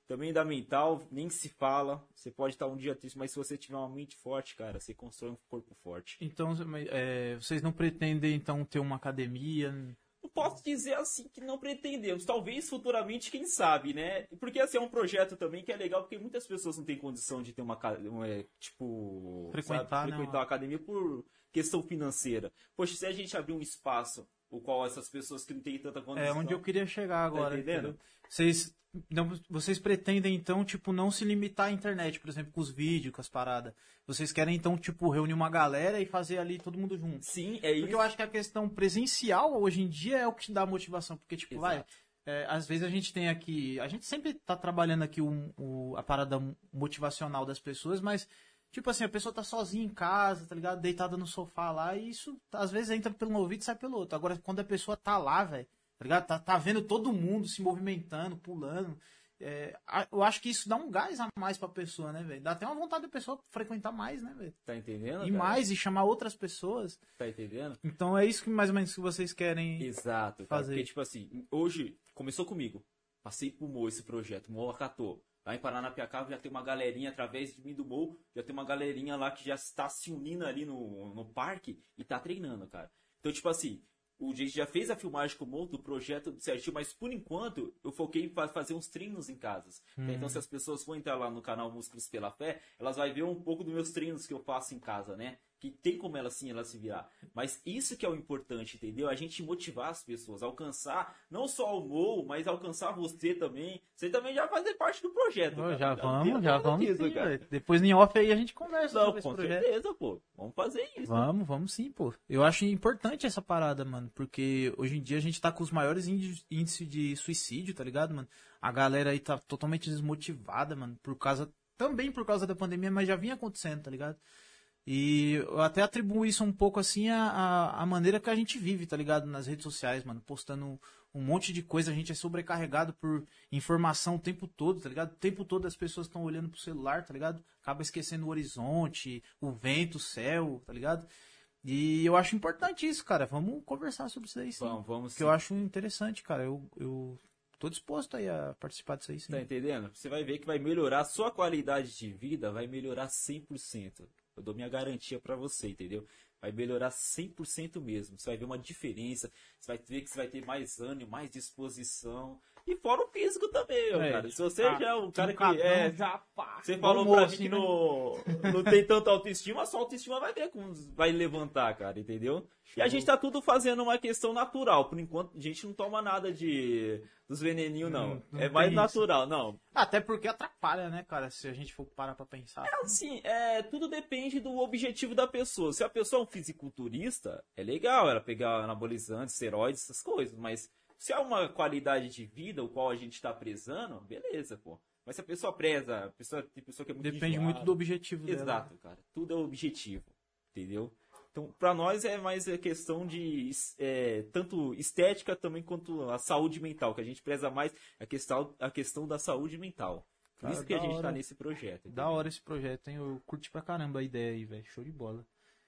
Também da mental, nem se fala. Você pode estar um dia triste, mas se você tiver uma mente forte, cara, você constrói um corpo forte. Então, é, vocês não pretendem, então, ter uma academia? Eu posso dizer assim que não pretendemos. Talvez futuramente, quem sabe, né? Porque assim, é um projeto também que é legal, porque muitas pessoas não têm condição de ter uma, uma é, tipo, Frequentar, sabe, frequentar né? uma academia por questão financeira. Poxa, se a gente abrir um espaço, o qual essas pessoas que não têm tanta condição... É onde eu queria chegar agora. Tá entendendo? Entendeu? Vocês, não, vocês pretendem, então, tipo, não se limitar à internet, por exemplo, com os vídeos, com as paradas. Vocês querem, então, tipo, reunir uma galera e fazer ali todo mundo junto. Sim, é isso. Porque eu acho que a questão presencial, hoje em dia, é o que te dá motivação. Porque, tipo, Exato. vai... É, às vezes a gente tem aqui... A gente sempre tá trabalhando aqui o, o, a parada motivacional das pessoas, mas... Tipo assim, a pessoa tá sozinha em casa, tá ligado? Deitada no sofá lá, e isso às vezes entra pelo um ouvido e sai pelo outro. Agora, quando a pessoa tá lá, velho, tá ligado? Tá, tá vendo todo mundo se movimentando, pulando. É, eu acho que isso dá um gás a mais pra pessoa, né, velho? Dá até uma vontade da pessoa frequentar mais, né, velho? Tá entendendo? E cara? mais, e chamar outras pessoas. Tá entendendo? Então é isso que mais ou menos que vocês querem Exato, cara. fazer. Porque, tipo assim, hoje começou comigo. Passei pro Mo esse projeto, Mo acatou. Lá em Paranapiacaba já tem uma galerinha, através de mim do Mo, já tem uma galerinha lá que já está se unindo ali no, no parque e tá treinando, cara. Então, tipo assim, o gente já fez a filmagem com o Mo do projeto certinho, mas por enquanto eu foquei em fazer uns treinos em casas. Hum. Então, se as pessoas forem entrar lá no canal Músculos pela Fé, elas vão ver um pouco dos meus treinos que eu faço em casa, né? Que tem como ela sim, ela se virar. Mas isso que é o importante, entendeu? A gente motivar as pessoas, alcançar não só o Mo, mas alcançar você também. Você também já fazer parte do projeto. Pô, cara. já Não vamos, tenha já nada vamos disso, sim, cara. velho. Depois em off aí a gente conversa Não, sobre esse com projeto. certeza, pô. Vamos fazer isso. Vamos, vamos sim, pô. Eu acho importante essa parada, mano, porque hoje em dia a gente tá com os maiores índices índice de suicídio, tá ligado, mano? A galera aí tá totalmente desmotivada, mano, por causa, também por causa da pandemia, mas já vinha acontecendo, tá ligado? E eu até atribuo isso um pouco, assim, a, a, a maneira que a gente vive, tá ligado? Nas redes sociais, mano, postando um monte de coisa, a gente é sobrecarregado por informação o tempo todo, tá ligado? O tempo todo as pessoas estão olhando pro celular, tá ligado? Acaba esquecendo o horizonte, o vento, o céu, tá ligado? E eu acho importante isso, cara. Vamos conversar sobre isso aí, sim. Vamos, vamos Porque eu acho interessante, cara. Eu, eu tô disposto aí a participar disso aí, sim. Tá entendendo? Você vai ver que vai melhorar a sua qualidade de vida, vai melhorar cem por cento. Eu dou minha garantia pra você, entendeu? Vai melhorar cem por cento mesmo. Você vai ver uma diferença, você vai ver que você vai ter mais ânimo, mais disposição. E fora o físico também, meu É, cara. Se você ah, já é um cara que cadão, é, já, pá. você falou Bom pra moço, mim que né? não, não tem tanta autoestima, só autoestima vai ver como vai levantar, cara, entendeu? E a gente tá tudo fazendo uma questão natural. Por enquanto, a gente não toma nada de dos veneninhos, não. Hum, não é tem mais isso. natural, não. Até porque atrapalha, né, cara? Se a gente for parar pra pensar. Assim, é, tudo depende do objetivo da pessoa. Se a pessoa é um fisiculturista, é legal ela pegar anabolizantes, esteroides, essas coisas, mas se é uma qualidade de vida o qual a gente tá prezando, beleza, pô. Mas se a pessoa preza, a pessoa, tem pessoa que é muito Depende enjoada. muito do objetivo dela. Exato, cara. Tudo é objetivo, entendeu? Então, pra nós é mais a questão de é, tanto estética também quanto a saúde mental, que a gente preza mais a questão, a questão da saúde mental. Por Cara, isso que a da gente hora. tá nesse projeto. Da entendeu? hora esse projeto, hein? Eu curti pra caramba a ideia aí, velho. Show de bola.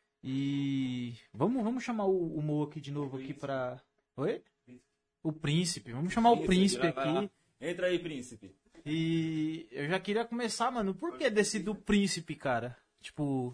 E vamos, vamos chamar o, o Mo aqui de novo aqui pra... Oi? O Príncipe. Vamos chamar o Príncipe vai lá. aqui. Entra aí, príncipe. E eu já queria começar, mano. Por que desse do Príncipe, cara? Tipo...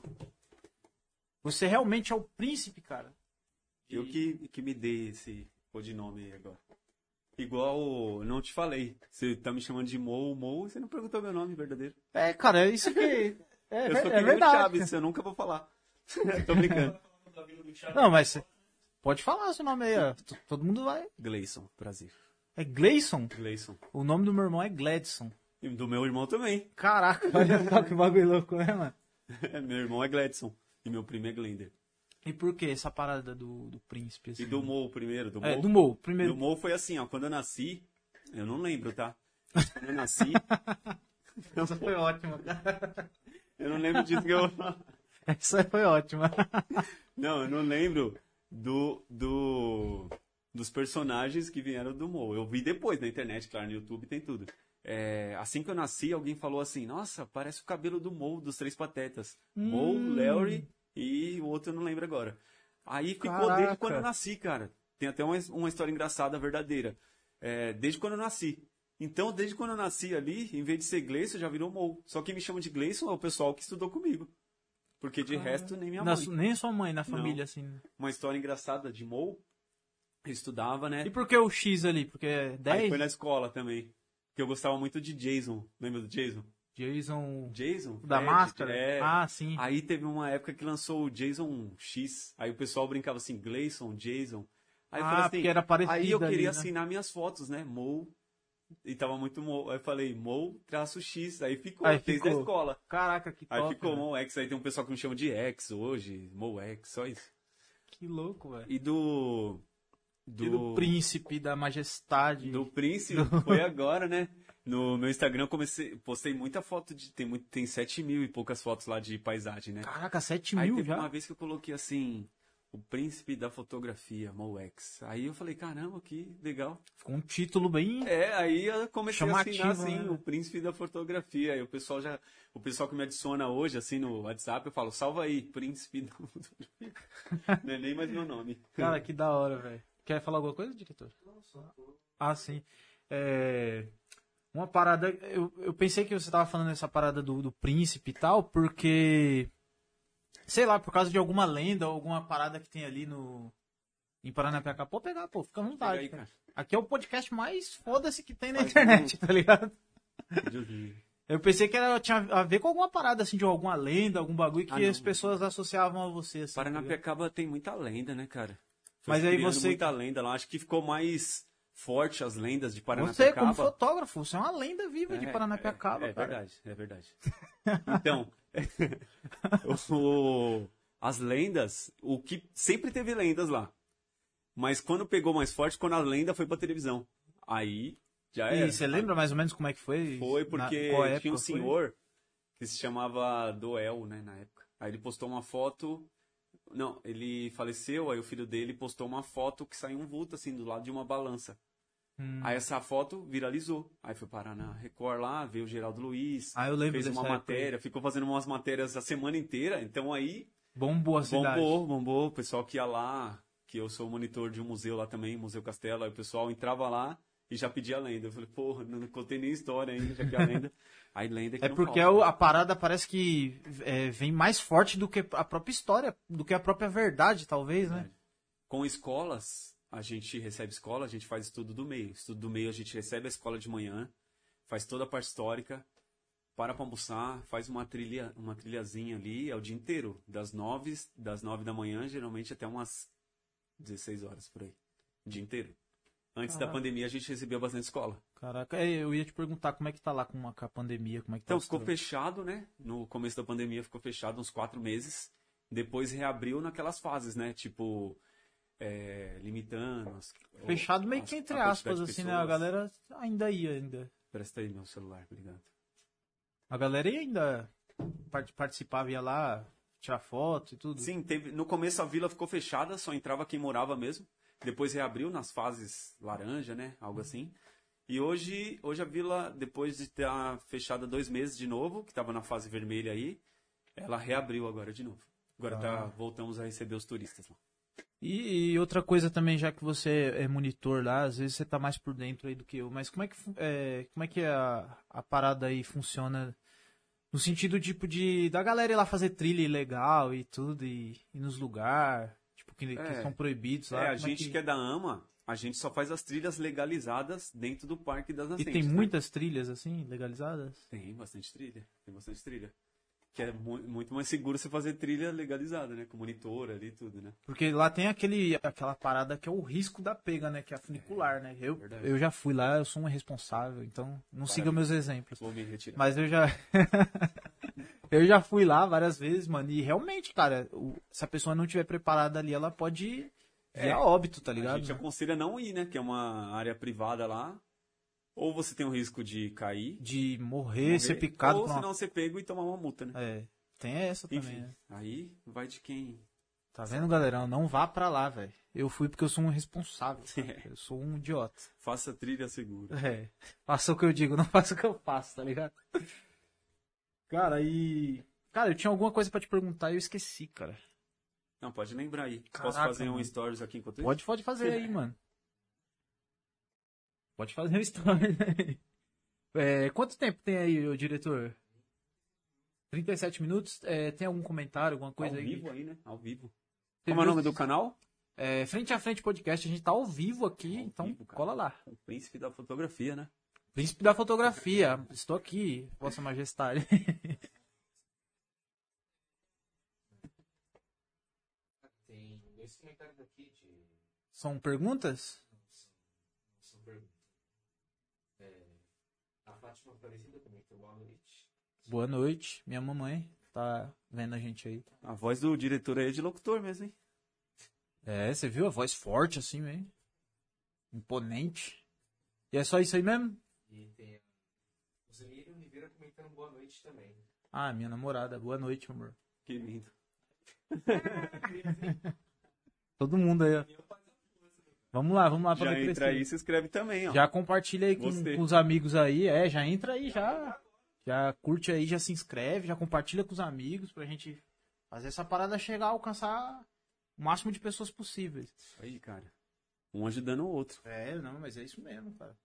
Você realmente é o Príncipe, cara? Eu que, que me dei esse codinome aí agora. Igual, não te falei. Você tá me chamando de Mo, Mo, você não perguntou meu nome verdadeiro. É, cara, é isso que... É, eu sou é que nem o verdade. Chaves, eu nunca vou falar. Tô brincando. Não, mas você pode falar seu nome aí, ó. T- Todo mundo vai. Gleison, prazer. É Gleison? Gleison. O nome do meu irmão é Gladson. E do meu irmão também. Caraca, olha só que bagulho louco, né, mano? Meu irmão é Gladson. E meu primo é Glender. E por que essa parada do, do príncipe? Assim? E do Mo primeiro, do Mo. É, do Mo, primeiro. Do Mo foi assim, ó. Quando eu nasci, eu não lembro, tá? Quando eu nasci, Essa foi ótima, cara. eu não lembro disso que eu. Essa foi ótima. Não, eu não lembro do, do, dos personagens que vieram do Mo. Eu vi depois na internet, claro, no YouTube tem tudo. É, assim que eu nasci, alguém falou assim, nossa, parece o cabelo do Mo, dos Três Patetas. Mo, Hum. Larry e o outro eu não lembro agora. Aí ficou Caraca. desde quando eu nasci, cara. Tem até uma, uma história engraçada, verdadeira. É, desde quando eu nasci. Então, desde quando eu nasci ali, em vez de ser Gleison, já virou Mo. Só quem me chama de Gleison é o pessoal que estudou comigo. Porque de resto, nem minha Na mãe. su- nem sua mãe, na família, Não. assim. Uma história engraçada de Mo, eu estudava, né? E por que o X ali? Porque é Aí dez? foi na escola também. Porque eu gostava muito de Jason. Lembra do Jason? Jason Jason? da Fred, máscara? É. Ah, sim. Aí teve uma época que lançou o Jason X. Aí o pessoal brincava assim, Gleison, Jason. Aí eu Ah, falei assim, porque era parecido aí eu ali, queria né? assinar minhas fotos, né? Mo. E tava muito Mo. Aí eu falei, Mo traço X. Aí ficou, Aí desde ficou. a escola. Caraca, que top. Aí ficou velho. Mo X. Aí tem um pessoal que me chama de X hoje. Mo X, só isso. Que louco, velho. E do... Do, E do príncipe, da majestade. do príncipe, foi agora, né? No meu Instagram eu comecei, postei muita foto de. Tem, muito, tem sete mil e poucas fotos lá de paisagem, né? Caraca, sete Aí mil teve já? uma vez que eu coloquei assim, o príncipe da fotografia, Mo X. Aí eu falei, caramba, que legal. Ficou um título bem... É, aí eu comecei Chamativo, a assinar assim, né? o príncipe da fotografia. Aí o pessoal já. O pessoal que me adiciona hoje, assim, no WhatsApp, eu falo, salva aí, príncipe da fotografia. Não é nem mais meu nome. Cara, que da hora, velho. Quer falar alguma coisa, diretor? Ah, sim. É... Uma parada... Eu, eu pensei que você tava falando essa parada do, do príncipe e tal, porque... Sei lá, por causa de alguma lenda ou alguma parada que tem ali no... Em Paranapiacá. Pode pegar, pô. Fica à vontade. Pega aí, cara. cara. Aqui é o podcast mais foda-se que tem na Faz internet, tá ligado? Deus me livre. Eu pensei que era, tinha a ver com alguma parada, assim, de alguma lenda, algum bagulho que Ah, não. as pessoas associavam a você, assim. tá ligado? Paranapiacaba tem muita lenda, né, cara? Foi Mas aí criando você- muita lenda lá. Acho que ficou mais forte as lendas de Você, Paranapiacaba. como fotógrafo, você é uma lenda viva de É, Paranapiacaba, é, é cara. verdade, é verdade. Então, o- as lendas, o que sempre teve lendas lá. Mas quando pegou mais forte, quando a lenda foi pra televisão. Aí já E era. você lembra mais ou menos como é que foi? Foi Na- porque qual época tinha um foi? senhor que se chamava Doel, né, na época. Aí ele postou uma foto. Não, ele faleceu, aí o filho dele postou uma foto que saiu um vulto, assim, do lado de uma balança. Hum. Aí essa foto viralizou. Aí foi parar na Record lá, veio o Geraldo Luiz. Ah, eu lembro fez dessa uma época aí. matéria, ficou fazendo umas matérias a semana inteira. Então aí Bombou a cidade. bombou, bombou. O pessoal que ia lá, que eu sou monitor de um museu lá também, Museu Castelo, aí o pessoal entrava lá e já pedia lenda. Eu falei, porra, não contei nem história ainda, já que a lenda. Aí lenda que É não porque falta. o- a parada parece que é, vem mais forte do que a própria história, do que a própria verdade, talvez, né? Com escolas, a gente recebe escola, a gente faz estudo do meio. Estudo do meio, a gente recebe a escola de manhã, faz toda a parte histórica, para pra almoçar, faz uma trilha, uma trilhazinha ali, é o dia inteiro, das nove, das nove da manhã, geralmente até umas dezesseis horas por aí. O dia inteiro. Antes da Caraca. pandemia, a gente recebia bastante escola. Caraca, é, eu ia te perguntar como é que tá lá com a, com a pandemia, como é que tá Então, os ficou trampos. fechado, né? No começo da pandemia ficou fechado uns quatro meses. Depois reabriu naquelas fases, né? Tipo, é, limitando. As, Fechado meio as- que entre a aspas, quantidade de assim, né? A pessoas. galera ainda ia, ainda. Presta aí meu celular, obrigado. A galera ia ainda part- participava, ia lá, tirar foto e tudo. Sim, teve, no começo a vila ficou fechada, só entrava quem morava mesmo. Depois reabriu nas fases laranja, né? Algo assim. E hoje, hoje a vila, depois de estar fechada dois meses de novo, que estava na fase vermelha aí, ela reabriu agora de novo. Agora tá, voltamos a receber os turistas lá. E, e outra coisa também, já que você é monitor lá, às vezes você tá mais por dentro aí do que eu, mas como é que, fu- é, como é que a, a parada aí funciona no sentido, tipo, de da galera ir lá fazer trilha ilegal e tudo, e ir nos lugares, tipo, que, que É. são proibidos lá? É, a como gente que... é da AMA, a gente só faz as trilhas legalizadas dentro do Parque das E Nascentes. tem né? muitas trilhas, assim, legalizadas? Tem bastante trilha, tem bastante trilha. Que é mu- muito mais seguro você fazer trilha legalizada, né? Com monitor ali e tudo, né? Porque lá tem aquele, aquela parada que é o risco da pega, né? Que é a funicular, né? Eu, verdade. eu já fui lá, eu sou um irresponsável, então não siga meus exemplos. Vou me retirar. Mas eu já. eu já fui lá várias vezes, mano. E realmente, cara, o- se a pessoa não estiver preparada ali, ela pode ir É, a óbito, tá A ligado? gente aconselha não ir, né? Que é uma área privada lá. Ou você tem o risco de cair, De morrer, morrer, ser picado ou por uma. senão ser pego e tomar uma multa, né? É, tem essa também, Enfim, né? aí vai de quem... Tá vendo, galerão? Não vá pra lá, velho. Eu fui porque eu sou um irresponsável. cara. Eu sou um idiota. Faça trilha segura. É. Faça o que eu digo, não faça o que eu faço, tá ligado? Cara, e. Cara, eu tinha alguma coisa pra te perguntar e eu esqueci, cara. Não, pode lembrar aí. Posso Caraca, fazer um mano. stories aqui enquanto isso? Pode, pode fazer aí, mano. Pode fazer um story, né? É, quanto tempo tem aí, o diretor? trinta e sete minutos? É, tem algum comentário, alguma coisa Ao aí? vivo aí, né? Ao vivo. Você Como é o viu? nome do canal? É, Frente a Frente Podcast, a gente tá ao vivo aqui, Ao então vivo, cara. cola lá. O príncipe da fotografia, né? Príncipe da fotografia, estou aqui, Vossa Majestade. Tem dois comentários aqui de. São perguntas? Não são perguntas. É, a Fátima Aparecida comentou boa noite. Boa noite, minha mamãe tá vendo a gente aí. A voz do diretor aí é de locutor mesmo, hein? É, você viu a voz forte assim, mesmo? Imponente. E é só isso aí mesmo? E tem a Rosemiro Oliveira comentando boa noite também. Ah, minha namorada. Boa noite, amor. Que lindo. Todo mundo aí, ó. Vamos lá, vamos lá pra Já ver entra aí e se inscreve também, ó. Já compartilha aí com, Gostei. com os amigos aí. É, já entra aí, já. Já curte aí, já se inscreve, já compartilha com os amigos pra gente fazer essa parada chegar a alcançar o máximo de pessoas possíveis. Isso aí, cara. Um ajudando o outro. É, não, mas é isso mesmo, cara.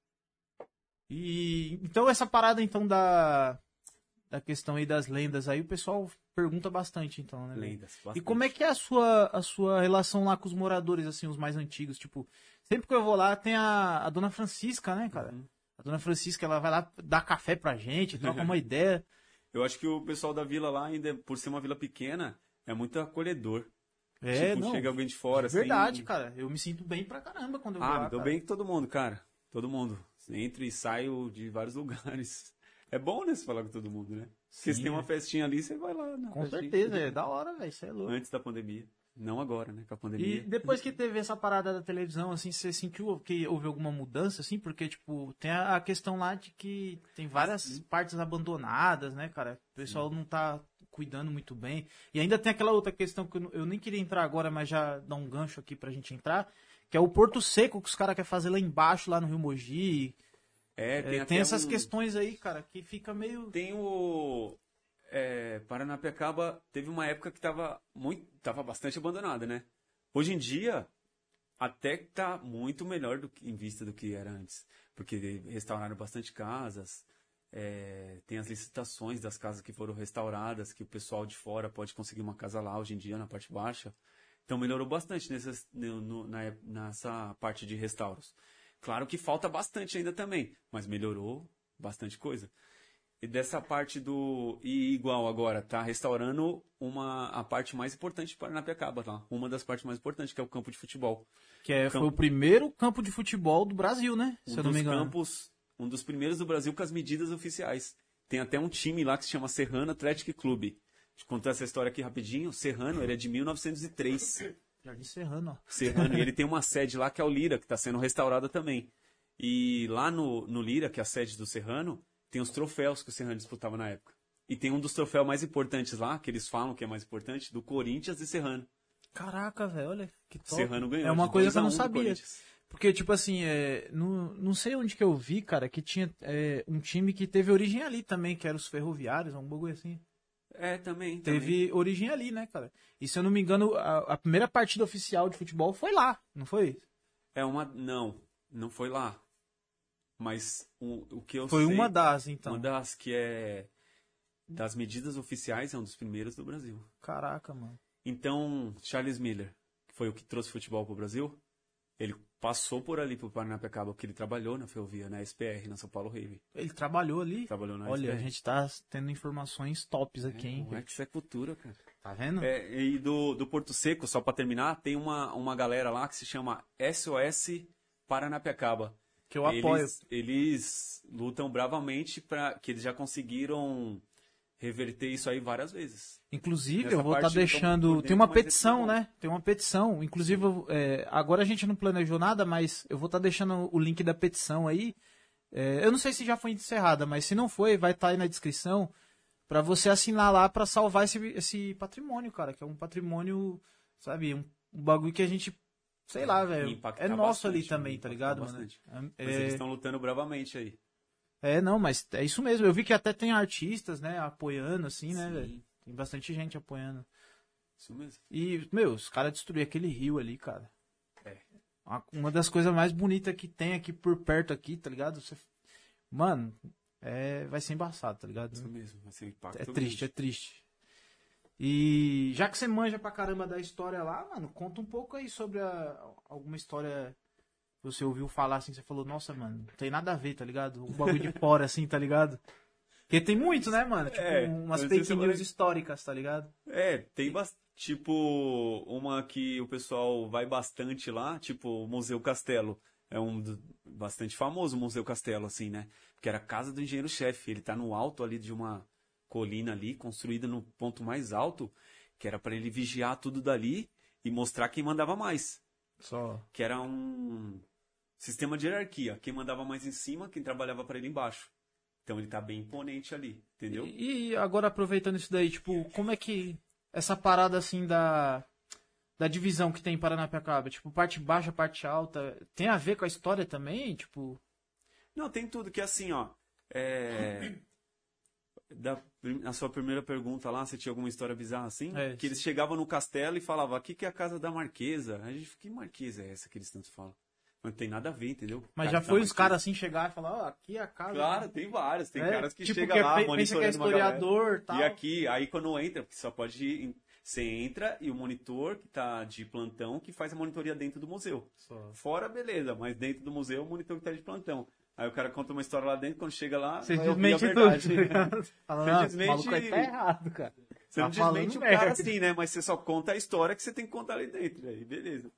E então essa parada então da da questão aí das lendas aí, o pessoal pergunta bastante então, né? Lendas. E bastante. como é que é a sua a sua relação lá com os moradores assim, os mais antigos, tipo, sempre que eu vou lá tem a, a dona Francisca, né, cara? Uhum. A dona Francisca, ela vai lá dar café pra gente, troca uma ideia. Eu acho que o pessoal da vila lá, ainda por ser uma vila pequena, é muito acolhedor. É, tipo, não. chega alguém de fora, de verdade, assim... cara. Eu me sinto bem pra caramba quando eu vou Ah, lá, me dou cara. bem com todo mundo, cara. Todo mundo. Entro e saio de vários lugares. É bom, né, você falar com todo mundo, né? Porque se Sim, tem uma é. festinha ali, você vai lá, né? Com certeza, é da hora, velho, isso é louco. Antes da pandemia. Não agora, né? Com a E pandemia. depois que teve essa parada da televisão, assim, você sentiu que houve alguma mudança, assim? Porque, tipo, tem a a questão lá de que tem várias partes abandonadas, né, cara? O pessoal não tá cuidando muito bem. E ainda tem aquela outra questão que eu não- eu nem queria entrar agora, mas já dá um gancho aqui pra gente entrar, que é o Porto Seco que os caras querem fazer lá embaixo, lá no Rio Mogi. É, É, tem, tem até essas um- questões aí, cara, que fica meio... Tem o... É, Paranapiacaba teve uma época que tava, muito, tava bastante abandonada, né? Hoje em dia, até que tá muito melhor do que, em vista do que era antes. Porque restauraram bastante casas, é, tem as licitações das casas que foram restauradas, que o pessoal de fora pode conseguir uma casa lá hoje em dia, na parte baixa. Então melhorou bastante nessas, no, no, na, nessa parte de restauros. Claro que falta bastante ainda também, mas melhorou bastante coisa. E dessa parte do... E igual agora, tá restaurando uma, a parte mais importante de Paranapiacaba, tá? Uma das partes mais importantes, que é o campo de futebol. Que é, foi Campo- o primeiro campo de futebol do Brasil, né? Um Se eu não dos me engano. campos, um dos primeiros do Brasil com as medidas oficiais. Tem até um time lá que se chama Serrano Athletic Clube. Deixa eu contar essa história aqui rapidinho. Serrano, ele é de mil novecentos e três. Jardim Serrano, ó. Serrano, e ele tem uma sede lá que é o Lira, que está sendo restaurada também. E lá no, no Lira, que é a sede do Serrano, tem os troféus que o Serrano disputava na época. E tem um dos troféus mais importantes lá, que eles falam que é mais importante, do Corinthians e Serrano. Caraca, velho, olha que top. Serrano ganhou. É uma de coisa dois que eu a não um do sabia. Corinthians. Porque, tipo assim, é, não, não sei onde que eu vi, cara, que tinha é, um time que teve origem ali também, que era os Ferroviários, um bagulho assim. É, também. também. Teve origem ali, né, cara? E se eu não me engano, a, a primeira partida oficial de futebol foi lá, não foi? É uma... Não, não foi lá. Mas o, o que eu Foi sei... uma das, então. Uma das que é... Das medidas oficiais, é um dos primeiros do Brasil. Caraca, mano. Então, Charles Miller, que foi o que trouxe futebol pro Brasil, ele passou por ali pro Paranapiacaba, porque ele trabalhou na Ferrovia, na S P R, na São Paulo Rave. Ele trabalhou ali. Trabalhou na Olha, S P a R. gente tá tendo informações tops aqui, hein? Não é que isso é cultura, cara. Tá vendo? É, e do, do Porto Seco, só pra terminar, tem uma, uma galera lá que se chama S O S Paranapiacaba. Que eu apoio. Eles, eles lutam bravamente para que eles já conseguiram reverter isso aí várias vezes. Inclusive, Nessa eu vou estar parte, então, por deixando. dentro, Tem uma mas é petição, bom. né? Tem uma petição. Inclusive, eu- é, agora a gente não planejou nada, mas eu vou estar deixando o link da petição aí. É, eu não sei se já foi encerrada, mas se não foi, vai estar aí na descrição para você assinar lá para salvar esse, esse patrimônio, cara, que é um patrimônio, sabe, um, um bagulho que a gente, sei lá, velho, Impactar é nosso ali bastante, também, né? tá Impactar ligado, mano? bastante. É, Mas eles estão lutando bravamente aí. é, não, mas é isso mesmo. Eu vi que até tem artistas, né, apoiando, assim, né, Sim. velho? Tem bastante gente apoiando. Isso mesmo. E, meu, os caras destruíram aquele rio ali, cara. É. a- uma das coisas mais bonitas que tem aqui por perto aqui, tá ligado? Você- Mano, é, vai ser embaçado, tá ligado? Isso mesmo, vai ser um impacto É triste, é grande. triste. E já que você manja pra caramba da história lá, mano, conta um pouco aí sobre a- alguma história que você ouviu falar assim, você falou, nossa, mano, não tem nada a ver, tá ligado? Um bagulho de fora, assim, tá ligado? Porque tem muito, né, mano? Tipo, É, umas eu não sei fake se eu news falei- históricas, tá ligado? É, tem bastante. Tipo, uma que o pessoal vai bastante lá, tipo o Museu Castelo. É um do- bastante famoso o Museu Castelo, assim, né? Que era a casa do engenheiro-chefe. Ele tá no alto ali de uma colina ali, construída no ponto mais alto, que era para ele vigiar tudo dali e mostrar quem mandava mais. Só. Que era um sistema de hierarquia. Quem mandava mais em cima, quem trabalhava para ele embaixo. Então ele tá bem imponente ali, entendeu? E, e agora aproveitando isso daí, tipo, como é que essa parada assim da da divisão que tem em Paranapiacaba, tipo, parte baixa, parte alta, tem a ver com a história também, tipo, Não, tem tudo que assim, ó. É... Da, na sua primeira pergunta lá, você tinha alguma história bizarra assim? É, que eles chegavam no castelo e falavam, aqui que é a casa da Marquesa. A gente, que Marquesa é essa que eles tanto falam? Mas não tem nada a ver, entendeu? mas Casa já da foi os Marquesa. caras assim chegar e falar, ó, aqui é a casa. Claro, tem vários. Tem É, caras que tipo, chegam que lá, pe- pensa que é monitorando uma galera. historiador e tal. E aqui, aí quando entra, porque só pode ir, você entra e o monitor que tá de plantão que faz a monitoria dentro do museu. Só. Fora, beleza, mas dentro do museu o monitor que tá de plantão. Aí o cara conta uma história lá dentro, quando chega lá, Você vai ouvir a desmente tudo, verdade. tá ligado? Fala, Você não, desmente- o maluco aí tá errado, cara. Você não Tá falando desmente o merda. cara assim, né? Mas você só conta a história que você tem que contar ali dentro. Aí, beleza.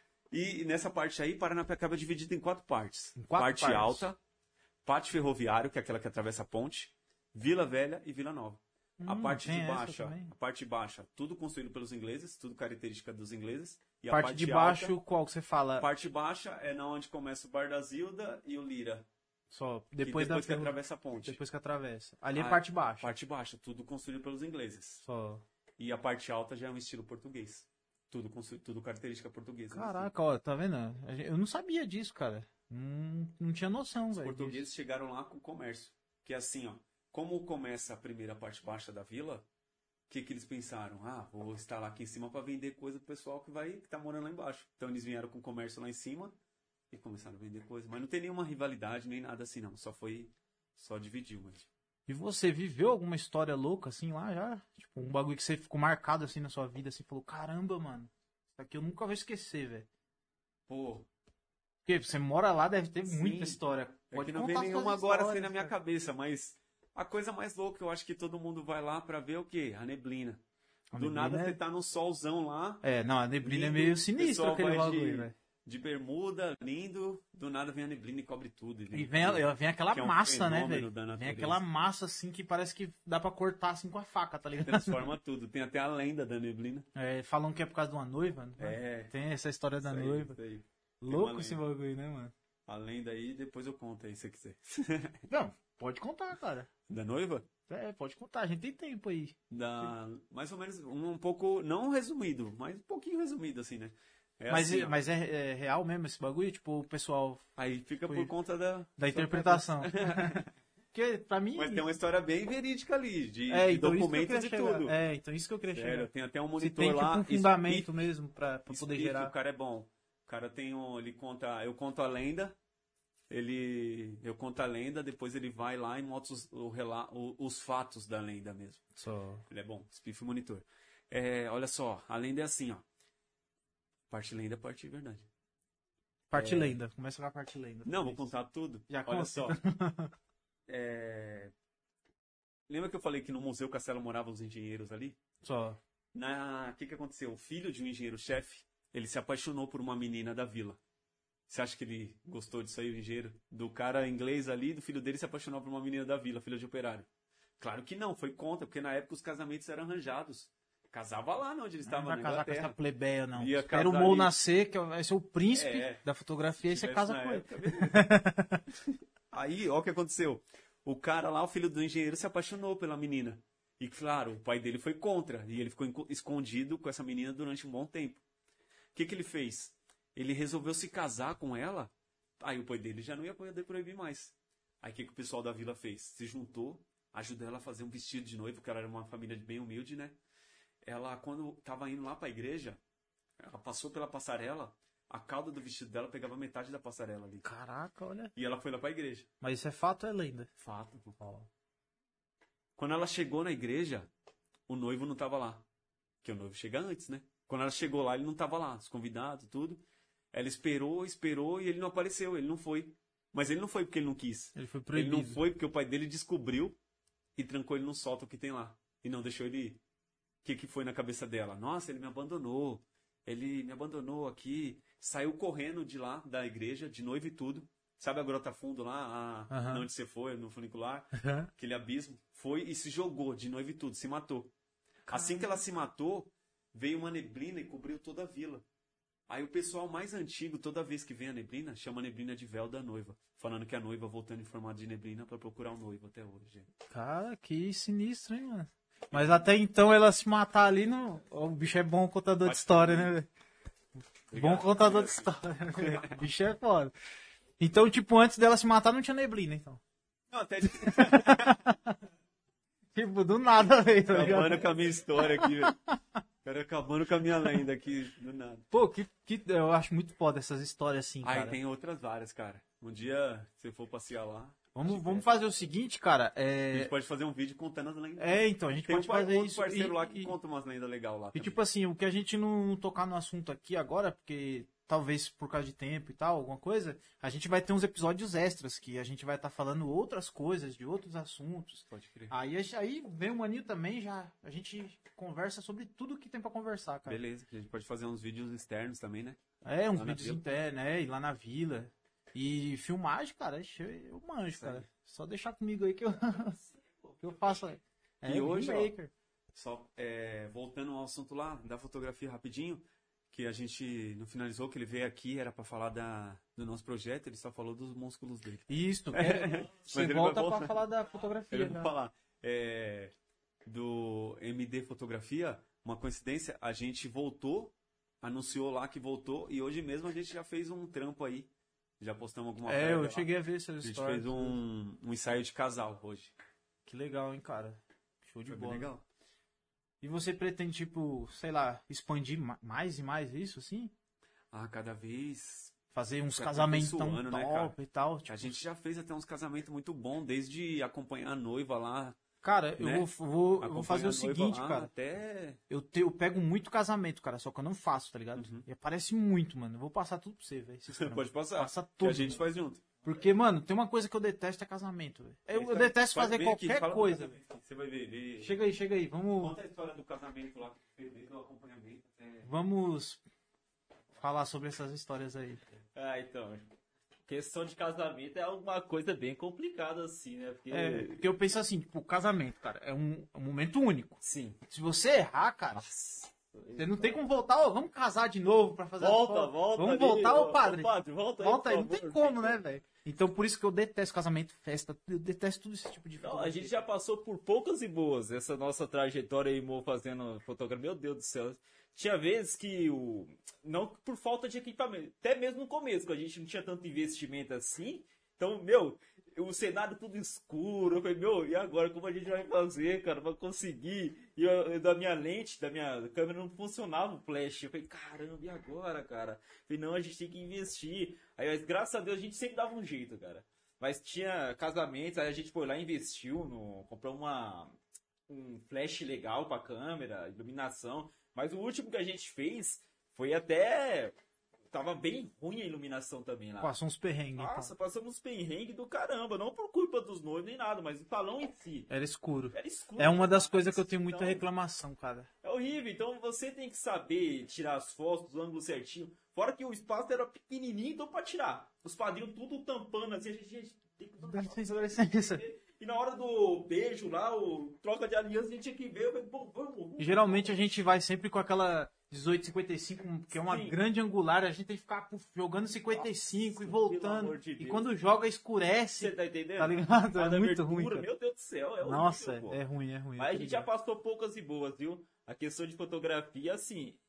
E nessa parte aí, Paranapiacaba é dividido em quatro partes. Em quatro parte partes. alta, parte ferroviário, que é aquela que atravessa a ponte, Vila Velha e Vila Nova. a Hum, parte tem de essa baixa, também. a parte baixa, tudo construído pelos ingleses, tudo característica dos ingleses. E a Parte, parte de alta, baixo, qual que você fala? a parte baixa é na onde começa o Bar da Zilda e o Lira. Só, que depois, depois da que ferro- atravessa a ponte. Depois que atravessa. Ali é Ah, parte baixa. Parte baixa, tudo construído pelos ingleses. Só. E a parte alta já é um estilo português. Tudo, constru- tudo característica portuguesa. Caraca, ó, tá vendo? A gente- Eu não sabia disso, cara. Não, não tinha noção, Os velho. portugueses chegaram lá com o comércio. Que é assim, ó. Como começa a primeira parte baixa da vila, o que, que eles pensaram? Ah, vou instalar aqui em cima para vender coisa pro pessoal que vai que tá morando lá embaixo. Então eles vieram com o comércio lá em cima e começaram a vender coisa. Mas não tem nenhuma rivalidade, nem nada assim, não. Só foi. Só dividiu mesmo. E você viveu alguma história louca assim lá já? Tipo, um bagulho que você ficou marcado assim na sua vida, assim, falou, caramba, mano, isso aqui eu nunca vou esquecer, velho. Pô, Porque você mora lá, deve ter Sim. muita história. é Pode que não vem contar suas nenhuma agora assim histórias, na minha cara. cabeça, mas a coisa mais louca, eu acho que todo mundo vai lá pra ver o quê? A neblina. A Do neblina nada é- você tá no solzão lá, É, não, a neblina é lindo, meio sinistro pessoal aquele vai bagulho, de, velho. de bermuda, lindo, do nada vem a neblina e cobre tudo. E vem, ela- vem aquela que é um massa, né, fenômeno velho? da Vem natureza. aquela massa assim que parece que dá pra cortar assim com a faca, tá ligado? Transforma tudo. Tem até a lenda da neblina. É, falam que é por causa de uma noiva, né? É. Tem essa história da Isso aí, noiva. isso aí. Louco uma esse lenda. bagulho, né, mano? A lenda aí, depois eu conto aí, se você quiser. Não, pode contar, cara. Da noiva? É, pode contar, a gente tem tempo aí. Da, mais ou menos, um, um pouco, não resumido, mas um pouquinho resumido, assim, né? É mas assim, é, ó. mas é, é real mesmo esse bagulho? Tipo, o pessoal Aí fica Foi- por conta da... da interpretação. Porque pra mim. Mas tem uma história bem verídica ali, de, é, de então isso que eu documentos queria e chegar. tudo. É, então isso que eu queria Sério, chegar. tem até um Se monitor tem tipo lá. um fundamento Spiff- mesmo pra, pra poder Spiff, gerar. O cara é bom. O cara tem um, ele conta, eu conto a lenda, ele, eu conto a lenda, depois ele vai lá e mostra os, o rela- o- os fatos da lenda mesmo. Só. Ele é bom, Spiff Monitor. É, olha só, a lenda é assim, ó. Parte lenda, parte verdade. Parte lenda. Começa com a parte lenda. Não, vou contar tudo. Já Olha conta. só. É, lembra que eu falei que no Museu Castelo moravam os engenheiros ali? Só. Na... O que, que aconteceu? O filho de um engenheiro-chefe, ele se apaixonou por uma menina da vila. Você acha que ele gostou disso aí, o engenheiro? Do cara inglês ali, do filho dele se apaixonou por uma menina da vila, filha de operário. Claro que não, foi contra, porque na época os casamentos eram arranjados. Casava lá, não, onde eles Não estavam, vai na casar com essa Inglaterra. plebeia, não. Ia Espera o casar Mo ali. nascer, que vai ser o príncipe É. da fotografia, e você Se casa tivesse com na ele. época, beleza. Aí, ó o que aconteceu. O cara lá, o filho do engenheiro, se apaixonou pela menina. E, claro, o pai dele foi contra. E ele ficou enco- escondido com essa menina durante um bom tempo. O que, que ele fez? Ele resolveu se casar com ela. Aí o pai dele já não ia poder proibir mais. Aí o que, que o pessoal da vila fez? Se juntou, ajudou ela a fazer um vestido de noivo, porque ela era uma família bem humilde, né? Ela, quando estava indo lá para a igreja, ela passou pela passarela, a cauda do vestido dela pegava metade da passarela ali. Caraca, olha. E ela foi lá pra igreja. Mas isso é fato ou é lenda? Fato. Pô. Quando ela chegou na igreja, o noivo não tava lá. Porque o noivo chega antes, né? Quando ela chegou lá, ele não tava lá. Os convidados, tudo. Ela esperou, esperou e ele não apareceu. Ele não foi. Mas ele não foi porque ele não quis. Ele foi proibido. Ele não foi porque o pai dele descobriu e trancou ele no sótão que tem lá. E não deixou ele ir. O que, que foi na cabeça dela? Nossa, ele me abandonou. Ele me abandonou aqui. Saiu correndo de lá, da igreja, de noivo e tudo. Sabe a Grota Fundo lá? A... Uhum. Onde você foi, no funicular? Uhum. Aquele abismo. Foi e se jogou de noivo e tudo. Se matou. Assim que ela se matou, veio uma neblina e cobriu toda a vila. Aí o pessoal mais antigo, toda vez que vem a neblina, chama a neblina de véu da noiva. Falando que a noiva voltando em formato de neblina pra procurar o noivo até hoje. Cara, que sinistro, hein, mano? Mas até então ela se matar ali, não... o bicho é bom contador de história, né, velho? Bom contador de história, né, velho? O bicho é foda. Então, tipo, antes dela se matar não tinha neblina, então. Não, até... Tipo, do nada, velho. Tá Acabando ligado? com a minha história aqui, velho. Cara, acabando com a minha lenda aqui, do nada. Pô, que, que, eu acho muito foda essas histórias assim, Aí cara. tem outras várias, cara. Um dia, se for passear lá... Vamos, vamos fazer o seguinte, cara. A É, gente pode fazer um vídeo contando as lendas. é então, a gente Tem um pode par- fazer outro isso. parceiro e- lá que e- conta umas lendas legais lá E também. tipo assim, o que a gente não tocar no assunto aqui agora, porque talvez por causa de tempo e tal, alguma coisa, a gente vai ter uns episódios extras que a gente vai estar falando outras coisas, de outros assuntos. Pode crer. Aí, a- aí vem o Maninho também, já a gente conversa sobre tudo que tem pra conversar, cara. Beleza, a gente pode fazer uns vídeos externos também, né? É, uns Lá na vídeos vila. internos, é, ir lá na vila. E filmagem, cara, ixi, eu manjo, Isso aí. cara. Só deixar comigo aí que eu, que eu faço. É, E o hoje, ó, Filmmaker. Só é, voltando ao assunto lá da fotografia rapidinho, que a gente não finalizou, que ele veio aqui, era pra falar da, do nosso projeto, ele só falou dos músculos dele. Isso, Mas é, você ele volta vai pra voltar. falar da fotografia, Eu né? vou falar. É, do M D Fotografia, uma coincidência, a gente voltou, anunciou lá que voltou, e hoje mesmo a gente já fez um trampo aí. Já postamos alguma É, prévia eu lá. cheguei a ver essas A gente histórias. fez um, um ensaio de casal hoje. Que legal, hein, cara. Show de Foi bem bola. legal. E você pretende, tipo, sei lá, expandir ma- mais e mais isso, assim? Ah, cada vez... Fazer uns Vai casamentos tão aperfeiçoando, né, top e tal. Tipo, A gente já fez até uns casamentos muito bons, desde acompanhar a noiva lá. cara, eu né? vou, vou, eu vou fazer o acompanhar a noiva seguinte, lá, cara. Até... Eu, te- eu pego muito casamento, cara, só que eu não faço, tá ligado? Uhum. E aparece muito, mano. Eu vou passar tudo pra você, velho. esses trampos. Pode passar. Passa Que tudo. a gente faz junto. Porque, mano, tem uma coisa que eu detesto é casamento, velho. Eu, eu Esse- detesto Pode fazer vir aqui, qualquer fala do coisa. casamento aqui, Você vai ver. ver. Chega aí, chega aí. Vamos, Conta a história do casamento lá que fez, desde o acompanhamento até... vamos falar sobre essas histórias aí. Ah, então. Questão de casamento é alguma coisa bem complicada, assim, né? Porque. É, porque eu penso assim, tipo, o casamento, cara, é um, é um momento único. Sim. Se você errar, cara, você não tem como voltar, ó, vamos casar de novo pra fazer Volta, as fotos. volta. Vamos ali, voltar, ó, ô padre. Ô, padre, volta aí. Volta aí, por não tem favor. como, né, velho? Então por isso que eu detesto casamento, festa, eu detesto tudo esse tipo de Não, a fotografia. gente já passou por poucas e boas. Essa nossa trajetória aí, Mo, fazendo fotografia. Meu Deus do céu. Tinha vezes que o. Não por falta de equipamento. Até mesmo no começo, que a gente não tinha tanto investimento assim. Então, meu, o cenário tudo escuro. Eu falei, meu, e agora? Como a gente vai fazer, cara, pra conseguir? E eu, da minha lente, da minha câmera, não funcionava o flash. Eu falei, caramba, e agora, cara? Eu falei, não, a gente tem que investir. Aí, mas, graças a Deus, a gente sempre dava um jeito, cara. Mas tinha casamentos, aí a gente foi lá e investiu, no, comprou uma, um flash legal pra câmera, iluminação. Mas o último que a gente fez foi até... Tava bem ruim a iluminação também lá. Passou uns perrengues. Nossa, então. passamos perrengue do caramba. Não por culpa dos noivos nem nada, mas o salão em si. Era escuro. Era escuro. É uma das coisas que eu tenho muita Então, reclamação, cara. É horrível. Então você tem que saber tirar as fotos, os ângulos certinho. Fora que o espaço era pequenininho, então pra tirar. Os padrinhos tudo tampando assim. A gente, gente tem que... Dá licença, dá licença. E na hora do beijo lá, o troca de aliança, a gente tinha que ver. Eu falei, pô, vamos, vamos. E geralmente a gente vai sempre com aquela dezoito cinquenta e cinco, que é uma Sim. grande angular, a gente tem que ficar puf, jogando cinquenta e cinco e Nossa, pelo voltando. amor de E Deus. quando joga, escurece. Você tá entendendo? Tá ligado? É Cada muito abertura, ruim, cara. Meu Deus do céu, é horrível, Nossa, pô. é ruim, é ruim. Mas a eu tô gente já ligado. passou poucas e boas, viu? A questão de fotografia, assim,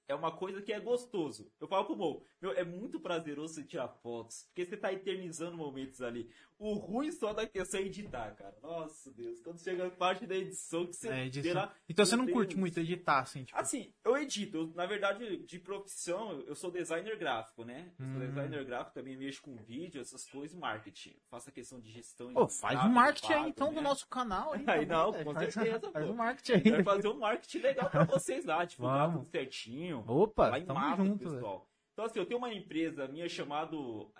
é uma coisa que é gostoso. Eu falo pro Mo, meu, é muito prazeroso você tirar fotos, porque você tá eternizando momentos ali. O ruim só da questão é editar, cara. Nossa, Deus, quando chega a parte da edição que você É, edição. vê lá... Então você meu não curte Deus. muito editar, assim, tipo. Assim, eu edito. Eu, na verdade, de profissão, eu sou designer gráfico, né? Eu sou Hum. designer gráfico, também mexo com vídeo, essas coisas, marketing. Faço a questão de gestão. Pô, de faz um tráfego marketing pago, aí então né? do nosso canal. Aí, Aí também, não, velho. com faz, certeza, Faz pô. um marketing aí. Vai fazer um marketing legal pra vocês lá, divulgar Vamos. tudo certinho. Opa, Lá em tamo massa, junto, pessoal. Então, assim, eu tenho uma empresa minha chamada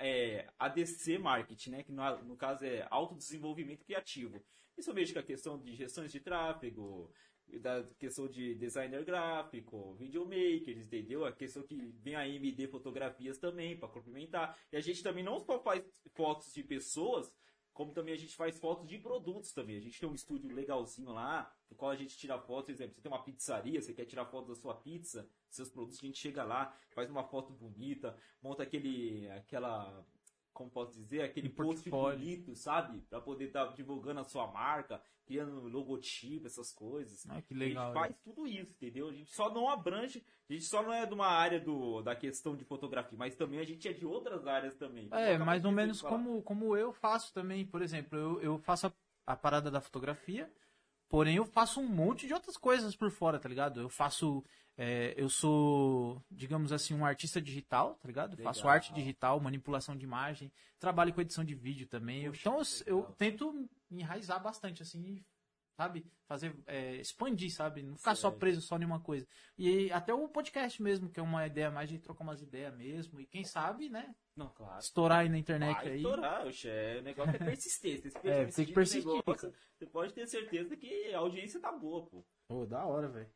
é, A D C Marketing, né? Que no, no caso é Autodesenvolvimento Criativo. Isso eu mexo com a questão de gestões de tráfego, da questão de designer gráfico, videomakers, entendeu? A questão que vem a M D Fotografias também, para complementar. E a gente também não só faz fotos de pessoas, como também a gente faz fotos de produtos também. A gente tem um estúdio legalzinho lá, no qual a gente tira fotos, por exemplo, você tem uma pizzaria, você quer tirar foto da sua pizza, seus produtos, a gente chega lá, faz uma foto bonita, monta aquele, aquela, como posso dizer, aquele Um post portfólio. bonito, sabe? Pra poder estar divulgando a sua marca, criando logotipo, essas coisas. Ah, que A legal. gente faz tudo isso, entendeu? A gente só não abrange, a gente só não é de uma área do, da questão de fotografia, mas também a gente é de outras áreas também. É, Então, mais ou acaba menos de falar. como, como eu faço também. Por exemplo, eu, eu faço a, a parada da fotografia, porém eu faço um monte de outras coisas por fora, tá ligado? Eu faço. é, eu sou, digamos assim, um artista digital, tá ligado? Eu faço Legal. arte digital, manipulação de imagem, trabalho com edição de vídeo também. Eu- Poxa, então eu, que eu legal. tento me enraizar bastante, assim, sabe? Fazer, é, expandir, sabe? Não ficar só Certo. preso só em uma coisa. E até o podcast mesmo, que é uma ideia mais de trocar umas ideias mesmo. E quem sabe, né? Não, claro. Estourar aí na internet Vai aí. estourar, oxe, é, o negócio é persistência. Se É, persistir tem que no persistir, negócio, cara. você pode ter certeza que a audiência tá boa, pô. Pô, da hora, velho.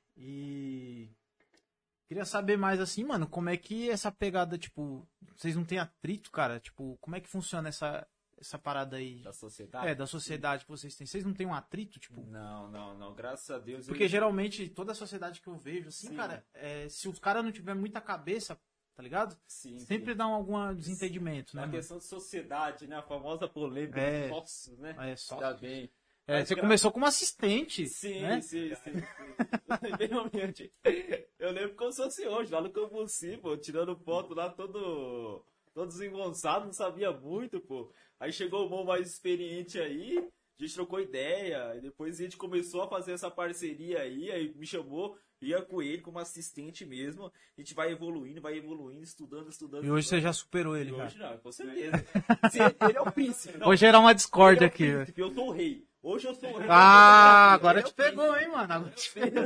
E. Queria saber mais assim, mano, como é que essa pegada, tipo, vocês não têm atrito, cara? Tipo, como é que funciona essa, essa parada aí? Da sociedade. É, da sociedade que vocês têm. Vocês não têm um atrito, tipo. Não, não, não. Graças a Deus. Porque eu... geralmente toda a sociedade que eu vejo, assim, Sim. cara, é, se os caras não tiver muita cabeça, tá ligado? Sim, Sempre sim. dá algum desentendimento, né? Na mano? questão de sociedade, né? A famosa polêmica É. dos sócios, né? É, só. Ainda bem. É, Mas você gra- começou como assistente, Sim, né? sim, sim, sim. Realmente. Eu lembro como se fosse hoje, lá no Cambuci, pô, tirando foto lá todo, todo desengonçado, não sabia muito, pô. Aí chegou o irmão mais experiente aí, a gente trocou ideia, e depois a gente começou a fazer essa parceria aí, aí me chamou, ia com ele como assistente mesmo, a gente vai evoluindo, vai evoluindo, estudando, estudando. E hoje você estudando. já superou ele, E cara. hoje não, com certeza. Se ele é o príncipe. Não, Vou gerar uma ele discórdia é o aqui, velho. príncipe, eu sou o rei. Hoje eu sou o rei. Ah, Ele agora é te o pegou, príncipe. hein, mano? Agora te pegou.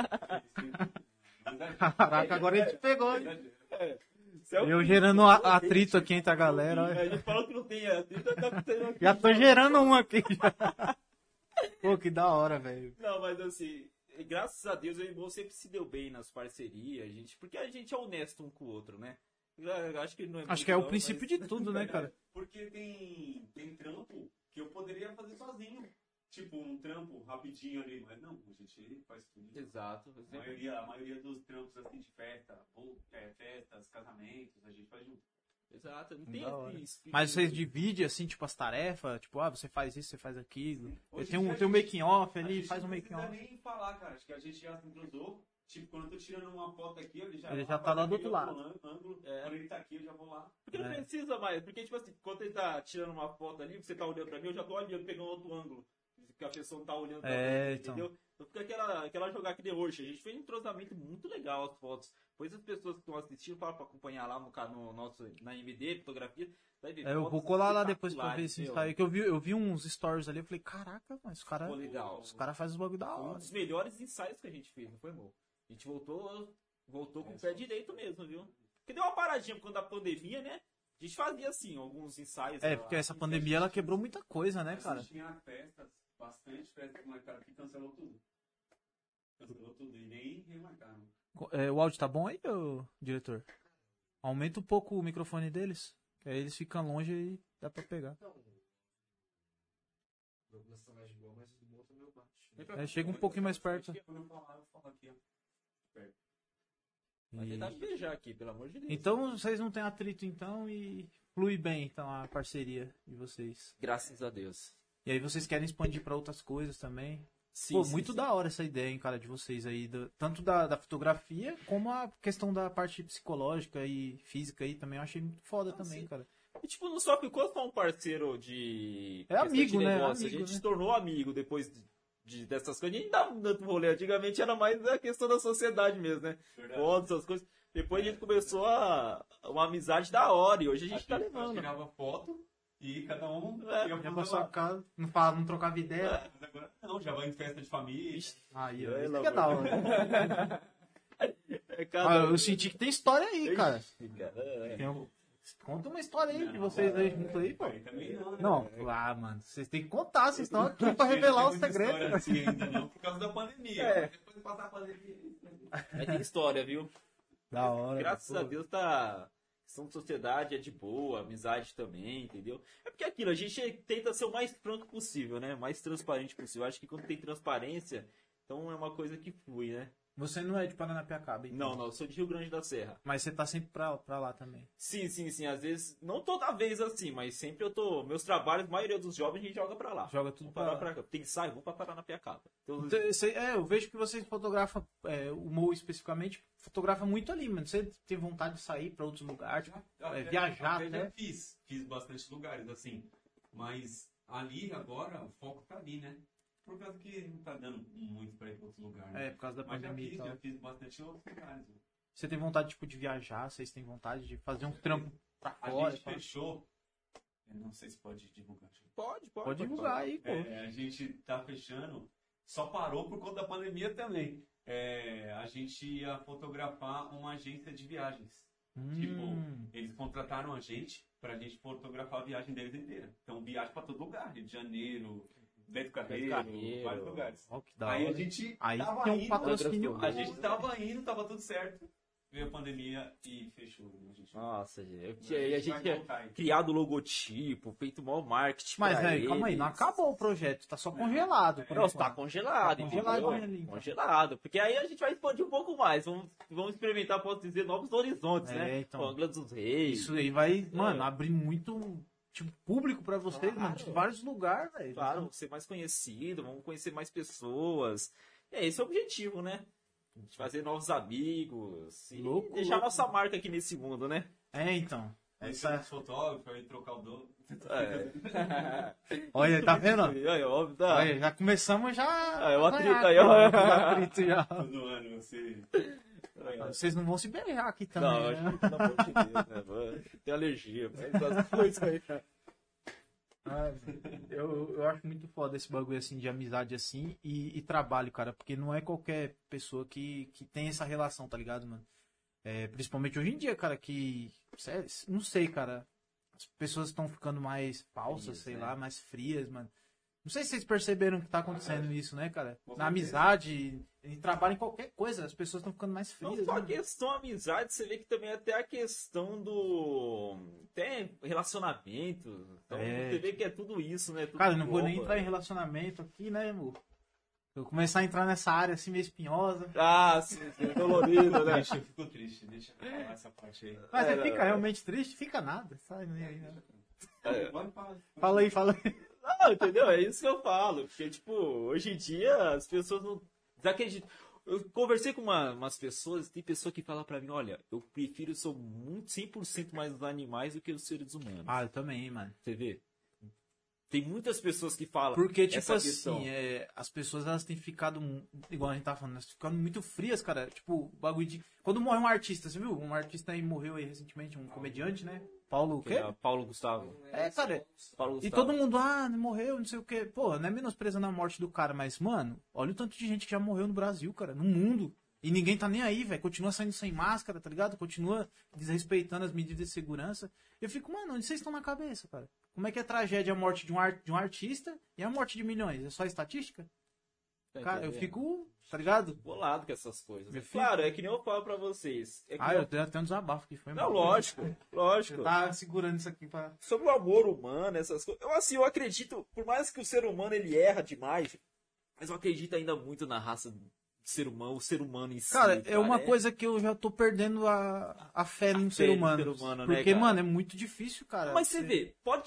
Caraca, agora ele te pegou, hein? Você é o Eu príncipe, gerando eu a- sou o rei. atrito aqui entre a galera. É, olha. a gente falou que não tem atrito, tá tendo aqui. Já tô gerando um aqui. Pô, que da hora, velho. Não, mas assim, graças a Deus o irmão sempre se deu bem nas parcerias, gente, porque a gente é honesto um com o outro, né? Eu acho que não é Acho muito que é o não, princípio mas- de tudo, né, cara? Porque tem, tem trampo que eu poderia fazer sozinho. Tipo, um trampo rapidinho ali. Mas não, a gente faz tudo. Exato. eu A sempre- maioria, a maioria dos trampos assim de festa, ou é, festas, casamentos, a gente faz junto. Exato, não tem Da hora. esse espírito- Mas vocês dividem, assim, tipo, as tarefas? Tipo, ah, você faz isso, você faz aquilo. Hoje Tem em um, dia tem um a gente- making off A ali, gente faz um não making precisa off. nem falar, cara. Acho que a gente já se entrosou. Tipo, quando eu tô tirando uma foto aqui, ele já, Ele ah, já tá faz lá do aquele outro outro ângulo. É. Quando ele tá aqui, eu já vou lá. Porque não É. precisa mais, porque tipo assim, quando ele tá tirando uma foto ali, você tá olhando pra mim, eu já tô olhando, pegando outro ângulo. Que a pessoa não tá olhando pra É, você, então. entendeu? Então fica aquela, aquela jogar que de hoje. A gente fez um entrosamento muito legal as fotos. Pois as pessoas que estão assistindo, fala pra acompanhar lá no, ca- no nosso, na M D, fotografia, vai ver É, eu fotos vou colar lá depois pra ver espetaculares, esse meu. ensaio. Que eu vi, eu vi uns stories ali, eu falei, caraca, mas os caras Ficou legal. os cara fazem os bagulho da Foi um hora. dos melhores ensaios que a gente fez, não foi, amor? A gente voltou, voltou com o pé direito mesmo, viu? Porque deu uma paradinha por conta da pandemia, né? A gente fazia assim, alguns ensaios. É, lá. porque essa pandemia ela quebrou muita coisa, né, Mas cara? tinha festas, bastante festas que marcaram que cancelou tudo. Cancelou tudo e nem remarcaram. É, o áudio tá bom aí, ô, diretor? Aumenta um pouco o microfone deles, que aí eles ficam longe e dá pra pegar. Então, o meu tá mais de boa, mas o outro é meu baixo. Vem pra É, chega um pouquinho mais perto. Quando eu falar, eu falo aqui, ó. Vai tentar beijar aqui, pelo amor de Deus. Então vocês não têm atrito então e flui bem então a parceria de vocês. Graças a Deus. E aí vocês querem expandir pra outras coisas também? Sim, Pô, sim, muito sim. da hora essa ideia, hein, cara, de vocês aí, do- tanto da, da fotografia, como a questão da parte psicológica e física aí também, eu achei muito foda Ah, também, sim. cara. E, tipo, não só ficou só um parceiro de. É questão amigo, de né? negócio, Amigo, a gente né? se tornou amigo depois de, de- dessas coisas. A gente dava tanto rolê. Antigamente era mais a questão da sociedade mesmo, né? Fotos, essas coisas. Depois a gente começou a. Uma amizade da hora. E hoje a gente tá levando. tirava foto e cada um É, ia Já pro pra seu sua lado. casa, não, fala, não trocava ideia. Mas agora não, já vai em festa de família. Aí, ó, Pelo isso que é da amor hora. É cada Ah, um. eu senti que tem história aí, cara. Ixi, cara, é. Tem um- Conta uma história aí de vocês aí junto aí, pô. Aí também não, né? Não, ah, mano, vocês têm que contar, vocês estão aqui pra revelar os Não tem muita segredos. história assim ainda não, por causa da pandemia. É. Depois de passar a pandemia. Mas tem história, viu? Da hora. Graças pô. a Deus tá. Questão de sociedade é de boa, amizade também, entendeu? É porque aquilo, a gente tenta ser o mais franco possível, né? Mais transparente possível. Acho que quando tem transparência, então é uma coisa que flui, né? Você não é de Paranapiacaba, então. Não, não, eu sou de Rio Grande da Serra. Mas você tá sempre pra, pra lá também. Sim, sim, sim. Às vezes, não toda vez assim, mas sempre eu tô. Meus trabalhos, a maioria dos jovens a gente joga pra lá. Joga tudo Vamos parar pra lá. pra cá. Tem ensaio, vamos pra Paranapiacaba. Então, Então, você- é, eu vejo que vocês fotografam, é, o Mo especificamente, fotografa muito ali, mano. Você tem vontade de sair pra outros lugares, tipo, Já- é, até- viajar, até né? já fiz, fiz bastante lugares, assim. Mas ali agora, o foco tá ali, né? Por causa que não tá dando muito pra ir pra outros lugares. né? É, por causa da Mas já pandemia e fiz, tal. já fiz bastante em outros lugares. né? Você tem vontade, tipo, de viajar? Vocês têm vontade de fazer um trampo pra A fora? gente pá? fechou. Eu não sei se pode divulgar. gente. pode, pode. Pode divulgar aí, pô. É, a gente tá fechando. Só parou por conta da pandemia também. É, a gente ia fotografar uma agência de viagens. Tipo, Hum, eles contrataram a gente pra gente fotografar a viagem deles inteira. Então, viagem pra todo lugar. Rio de Janeiro, Beto Carreiro, Carreiro. vários lugares. ó, que da Aí a hora. gente Aí tava tem um indo, patrocínio. a gente tava indo, tava tudo certo. Veio a pandemia e fechou. A gente, Nossa, gente. Eu a tinha, a gente vai tinha voltar aí. criado o logotipo, feito o maior marketing. Mas, pra velho, calma aí, não eles. acabou o projeto, tá só congelado. por Não, enquanto. tá congelado, Tá entendeu? congelado ali, então. Congelado. Porque aí a gente vai expandir um pouco mais. Vamos, vamos experimentar, posso dizer, novos horizontes, É, né? então. O Angra dos Reis. Isso aí vai, mano, É. abrir muito, tipo, público pra vocês, Claro. mano, de vários lugares, velho. Claro, ser mais conhecido, vamos conhecer mais pessoas. É esse é o objetivo, né? Fazer novos amigos. E Louco, deixar louco. nossa marca aqui nesse mundo, né? É, então. Aí Essa... saiu os fotógrafos, aí trocar o dono. É. Olha, tá vendo? Aí, óbvio, tá. Olha, já começamos já. É, o a atrito ganhar aí, aqui, ó. ó, o atrito já. Todo ano você. Vocês não vão se beijar aqui também, Não, né? acho que pelo amor de Deus, né, mano? Tem alergia, mas essas coisas aí. Ah, eu, eu acho muito foda esse bagulho assim de amizade assim e, e trabalho, cara, porque não é qualquer pessoa que, que tem essa relação, tá ligado, mano? É, principalmente hoje em dia, cara, que sé- não sei, cara, as pessoas estão ficando mais falsas, Frias, sei né? lá, mais frias, mano. Não sei se vocês perceberam que tá acontecendo isso, né, cara? Com Na certeza. amizade, em trabalho, em qualquer coisa, as pessoas estão ficando mais Não frias. só a né? questão amizade, você vê que também até a questão do. Até relacionamento. Então É. você vê que é tudo isso, né? Tudo Cara, eu não vou nem engloba. entrar em relacionamento aqui, né, amor? Eu começar a entrar nessa área assim meio espinhosa. Ah, sim, sim, dolorido, né? Deixa, eu fico triste, deixa eu falar essa parte aí. Mas É, você fica não, realmente triste? Fica nada. Sai nem aí, né? É. Pode falar. Fala aí, fala aí. Não, entendeu? É isso que eu falo. Porque, tipo, hoje em dia as pessoas não desacreditam. Eu conversei com uma- umas pessoas, tem pessoa que fala pra mim, olha, eu prefiro, sou muito cem por cento mais os animais do que os seres humanos. Ah, eu também, mano. Você vê? Tem muitas pessoas que falam Porque, tipo essa assim, questão. é, as pessoas elas têm ficado, mu- igual a gente tava falando, elas têm ficado muito frias, cara. Tipo, o bagulho de. Quando morre um artista, você viu? Um artista aí morreu aí recentemente, um comediante, né? Paulo o Que quê? é Paulo Gustavo. É, cara. Paulo E Gustavo. todo mundo, ah, não morreu, não sei o quê. Pô, não é menosprezando a morte do cara, mas, mano, olha o tanto de gente que já morreu no Brasil, cara, no mundo. E ninguém tá nem aí, velho. Continua saindo sem máscara, tá ligado? Continua desrespeitando as medidas de segurança. Eu fico, mano, onde vocês estão na cabeça, cara? Como é que é a tragédia a morte de um, ar- de um artista e a morte de milhões? É só estatística? Tá Cara, eu entendendo? fico, tá ligado? bolado com essas coisas. Eu É fico- Claro, é que nem eu falo pra vocês. É que Ah, nem eu eu- tenho até um desabafo que foi Não, mal. lógico, lógico. Você tá segurando isso aqui pra. Sobre o amor humano, essas coisas. Eu, assim, eu acredito, por mais que o ser humano ele erra demais, mas eu acredito ainda muito na raça do ser humano, o ser humano em si. Cara, é uma é- coisa que eu já tô perdendo a, a fé no fé ser no humano. ser humano, né, Porque, cara? mano, é muito difícil, cara. Mas você vê, pode.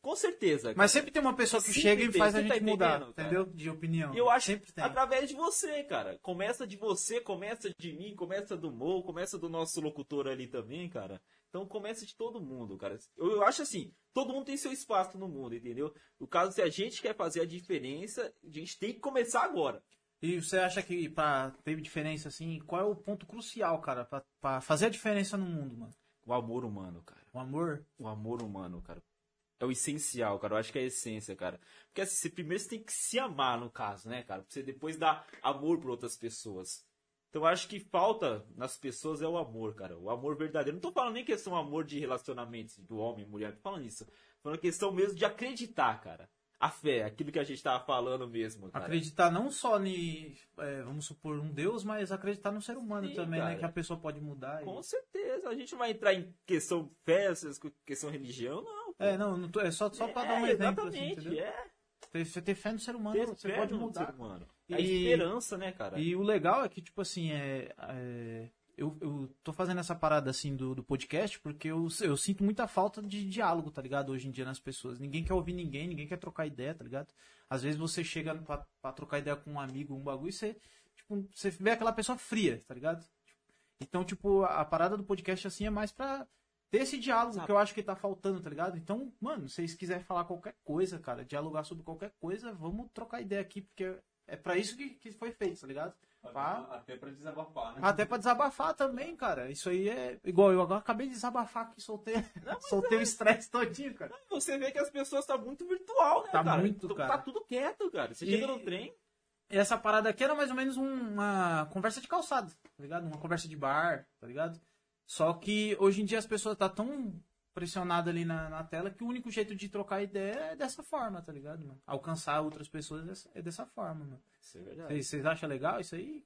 Com certeza. Cara. Mas sempre tem uma pessoa que Sempre chega e tem, faz a você gente tá mudar, entendendo, cara? entendeu? De opinião. E eu acho sempre tem. através de você, cara. Começa de você, começa de mim, começa do Mo, começa do nosso locutor ali também, cara. Então começa de todo mundo, cara. Eu, eu acho assim, todo mundo tem seu espaço no mundo, entendeu? No caso, se a gente quer fazer a diferença, a gente tem que começar agora. E você acha que pra ter diferença, assim, qual é o ponto crucial, cara, pra, pra fazer a diferença no mundo, mano? O amor humano, cara. O amor? O amor humano, cara. É o essencial, cara. Eu acho que é a essência, cara. Porque assim, você, primeiro você tem que se amar, no caso, né, cara? Pra você depois dar amor pra outras pessoas. Então eu acho que falta nas pessoas é o amor, cara. O amor verdadeiro. Não tô falando nem questão amor de relacionamentos, do homem e mulher. Tô falando isso. Tô falando questão mesmo de acreditar, cara. A fé, aquilo que a gente tava falando mesmo, cara. Acreditar não só em, é, vamos supor, um Deus, mas acreditar no ser humano Sim, também, cara. né? Que a pessoa pode mudar. Com E... certeza. A gente não vai entrar em questão fé, essas co- questão religião, não. pô. É, não, não tô- é só, só pra É, dar um exemplo, assim, exatamente, entendeu? é. Ter- Você ter fé no ser humano, Ter você fé pode no mudar. ser humano. E- A esperança, né, cara? E o legal é que, tipo assim, é, é, eu, eu tô fazendo essa parada, assim, do, do podcast porque eu, eu sinto muita falta de diálogo, tá ligado? Hoje em dia nas pessoas. Ninguém quer ouvir ninguém, ninguém quer trocar ideia, tá ligado? Às vezes você chega pra, pra trocar ideia com um amigo, um bagulho, e você, tipo, você vê aquela pessoa fria, tá ligado? Então, tipo, a, a parada do podcast, assim, é mais pra ter esse diálogo Sabe. que eu acho que tá faltando, tá ligado? Então, mano, se vocês quiserem falar qualquer coisa, cara, dialogar sobre qualquer coisa, vamos trocar ideia aqui, porque é pra isso que, que foi feito, tá ligado? Pra- Até pra desabafar, né? até pra desabafar também, cara. Isso aí é igual eu agora acabei de desabafar aqui, soltei, soltei o estresse todinho, cara. Você vê que as pessoas estão muito virtual, né, Tá cara? muito, Tá- cara. Tá tudo quieto, cara. Você E- chega no trem, E essa parada aqui era mais ou menos um- uma conversa de calçada, tá ligado? Uma conversa de bar, tá ligado? Só que hoje em dia as pessoas tá tão pressionadas ali na, na tela que o único jeito de trocar ideia é dessa forma, tá ligado, mano? Alcançar outras pessoas dessa- é dessa forma, mano. isso é verdade. Vocês vocês acham legal isso aí?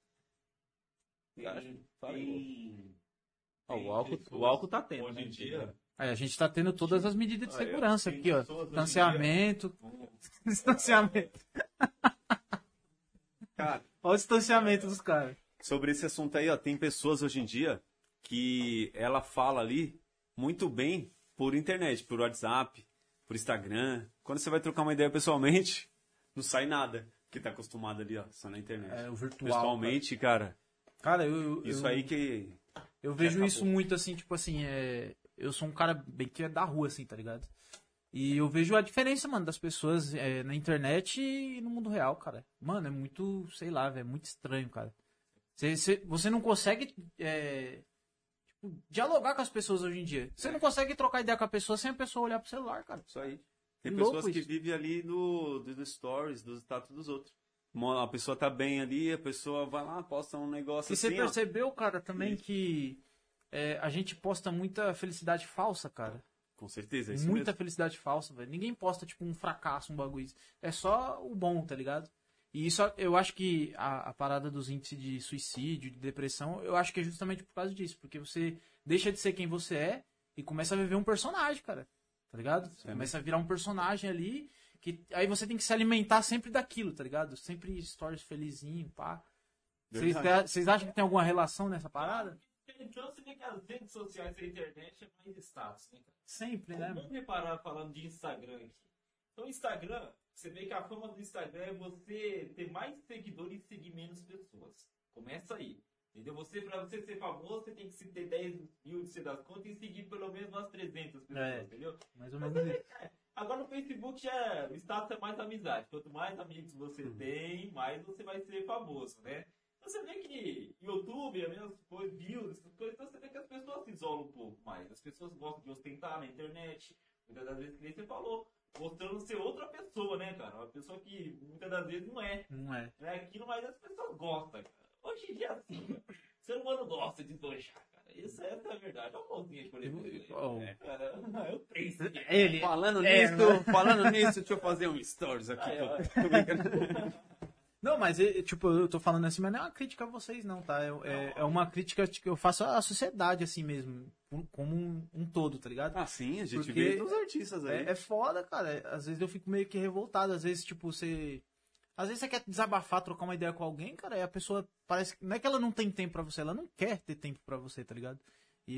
Tem, Fala aí, tem, Ó, tem o álcool, pessoas o álcool tá tendo. Hoje né? em dia, Aí a gente tá tendo todas as medidas de Olha, segurança tem aqui, ó. pessoas hoje em Distanciamento. Distanciamento. cara, Olha o distanciamento dos caras. sobre esse assunto aí, ó, tem pessoas hoje em dia que ela fala ali muito bem por internet, por WhatsApp, por Instagram. Quando você vai trocar uma ideia pessoalmente, não sai nada, porque tá acostumado ali, ó, só na internet. É, o virtual. Pessoalmente, cara, Cara, eu, eu, isso eu- aí que eu vejo acabou. isso muito assim, tipo assim, é, eu sou um cara bem que é da rua, assim, tá ligado? E eu vejo a diferença, mano, das pessoas é, na internet e no mundo real, cara. Mano, é muito, sei lá, velho, é muito estranho, cara. Você, você, você não consegue é, tipo, dialogar com as pessoas hoje em dia. Você não consegue trocar ideia com a pessoa sem a pessoa olhar pro celular, cara. Isso aí. Tem Que louco pessoas que isso. vivem ali no, do, do stories, do status dos outros. Uma- A pessoa tá bem ali, a pessoa vai lá, posta um negócio E você assim, ó. percebeu, cara, também que é, a gente posta muita felicidade falsa, cara. Com certeza, é isso Muita mesmo. felicidade falsa, velho. Ninguém posta, tipo, um fracasso, um bagulho. É só o bom, tá ligado? E isso, eu acho que a, a parada dos índices de suicídio, de depressão, eu acho que é justamente por causa disso. Porque você deixa de ser quem você é e começa a viver um personagem, cara. Tá ligado? Você É começa a virar um personagem ali, que aí você tem que se alimentar sempre daquilo, tá ligado? Sempre stories felizinho, pá. Vocês Verdade. vocês acham que tem alguma relação nessa parada? Então você vê que as redes sociais e a internet é mais status, né, cara? Sempre, né? Vamos reparar falando de Instagram aqui. Então, Instagram, você vê que a fama do Instagram é você ter mais seguidores e seguir menos pessoas. Começa aí. Entendeu? Você, pra você ser famoso, você tem que ter dez mil de ser das contas e seguir pelo menos umas trezentas pessoas, É. entendeu? Mais ou menos isso. Agora no Facebook já é, o status é mais amizade. Quanto mais amigos você tem, mais você vai ser famoso, né? Então você vê que YouTube, a mesma coisa, views, essas coisas, então você vê que as pessoas se isolam um pouco mais. As pessoas gostam de ostentar na internet, muitas das vezes, que nem você falou, mostrando ser outra pessoa, né, cara? Uma pessoa que muitas das vezes não é. Não é. Não é aquilo, mas as pessoas gostam, cara. Hoje em dia é assim, cara. O ser humano gosta de esbanjar, cara. Isso é a verdade. Olha o mãozinho aí, por exemplo. Oh. É, cara, é o príncipe. Ele. Falando É, nisso, falando nisso, deixa eu fazer um stories aqui. Aí, ó. Tô brincando. Não, mas é, tipo, eu tô falando assim, mas não é uma crítica a vocês, não, tá? É, é, é uma crítica que eu faço à sociedade, assim mesmo, como um, um todo, tá ligado? Ah, sim, a gente Porque vê nos artistas aí. É, é foda, cara. É, às vezes eu fico meio que revoltado. Às vezes, tipo, você. Às vezes você quer desabafar, trocar uma ideia com alguém, cara, e a pessoa parece que. Não é que ela não tem tempo pra você, ela não quer ter tempo pra você, tá ligado? E eu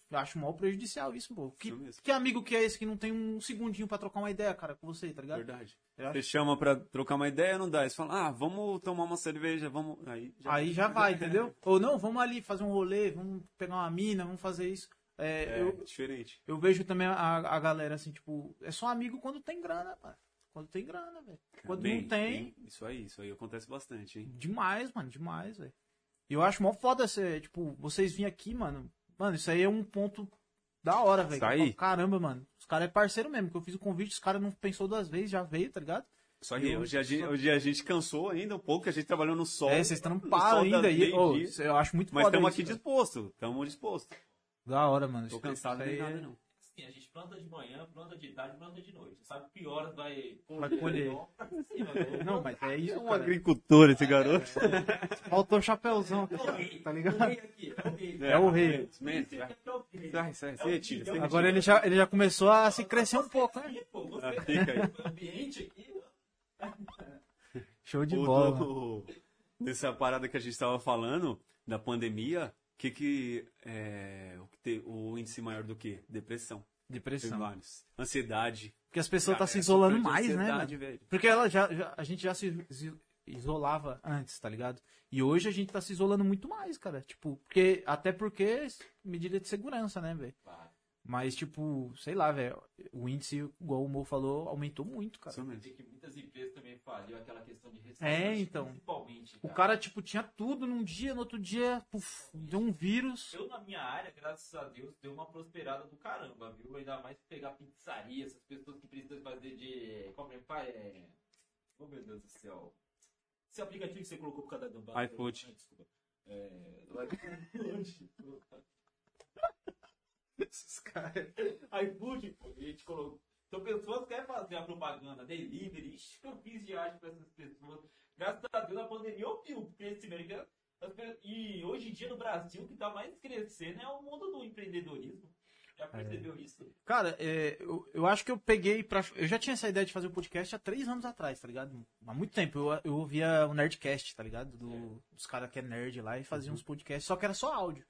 Eu acho mó prejudicial isso, pô. Que, Isso mesmo. que amigo que é esse que não tem um segundinho pra trocar uma ideia, cara, com você, tá ligado? Verdade. Eu acho- Você chama pra trocar uma ideia, não dá. Você fala, ah, vamos tomar uma cerveja, vamos... Aí já, Aí já vai, entendeu? Ou não, vamos ali fazer um rolê, vamos pegar uma mina, vamos fazer isso. É, É, eu, diferente. eu vejo também a, a galera assim, tipo, é só amigo quando tem grana, mano. Quando tem grana, velho. Quando Bem, não tem, Isso aí, isso aí acontece bastante, hein? demais, mano, demais, velho. E eu acho mó foda, ser, tipo, vocês virem aqui, mano. Mano, isso aí é um ponto da hora, velho. Isso Eu aí. falo, caramba, mano. Os caras é parceiro mesmo, que eu fiz o convite, os caras não pensou duas vezes, já veio, tá ligado? Isso aí, Eu- hoje a, gente, hoje a gente cansou ainda um pouco, que a gente trabalhou no sol. é, vocês estão no param sol da ainda. E, ô, meio-dia. isso eu acho muito Mas foda estamos isso, aqui velho. dispostos, estamos dispostos. Da hora, mano. Tô Isso- cansado isso nem aí nada, é- não. Assim, a gente planta de manhã, planta de tarde, planta de noite. Sabe que horas vai Vai colher. Então, pra cima, velho. Não, mas é isso, É um cara. agricultor esse garoto. Faltou o chapéuzão aqui, É o rei, tá o ligado? rei aqui, é o rei. É o rei. Mente, mente, vai. Esse aqui é o rei. Sai, sai, você É o retira, rei, você é o Agora ele já, ele já começou a se crescer um pouco, né? Aqui, pô, você Ah, fica aí. o ambiente aqui, ó. Show de O bola. do- Nessa parada que a gente estava falando, da pandemia, que que é o, que te- o índice maior do que? Depressão. Tem Depressão. vários. Ansiedade. Porque as pessoas Cara, estão se é isolando sofrer de mais, né, ansiedade, mano? velho. Porque ela já, já- a gente já se se isolava antes, tá ligado? E hoje a gente tá se isolando muito mais, cara. Tipo, porque, até porque medida de segurança, né, velho? Mas, tipo, sei lá, velho, o índice, igual o Mo falou, aumentou muito, cara. Isso mesmo. Tem que muitas empresas também faliu aquela questão de É, restaurante, então. principalmente. O cara, tipo, tinha tudo num dia, no outro dia, puf, deu um vírus. Eu, na minha área, graças a Deus, deu uma prosperada do caramba, viu? Ainda mais pegar pizzaria, essas pessoas que precisam fazer de. Como é que faz? É... Oh, meu Deus do céu. Esse aplicativo que você colocou por causa do bar. iFood. Ah, desculpa. É. do iFood. Esses caras. iFood, pô, a gente colocou. Então, pessoas querem fazer a propaganda, delivery, ixi, que eu fiz viagem para essas pessoas. Graças a Deus, a pandemia ouviu o crescimento. As pe- E hoje em dia, no Brasil, o que está mais crescendo é o mundo do empreendedorismo. Já percebeu isso? Cara, é, eu, eu acho que eu peguei pra. Eu já tinha essa ideia de fazer o podcast há três anos atrás, tá ligado? Há muito tempo. Eu, eu ouvia o Nerdcast, tá ligado? Do, dos caras que é nerd lá e faziam uns podcasts, só que era só áudio.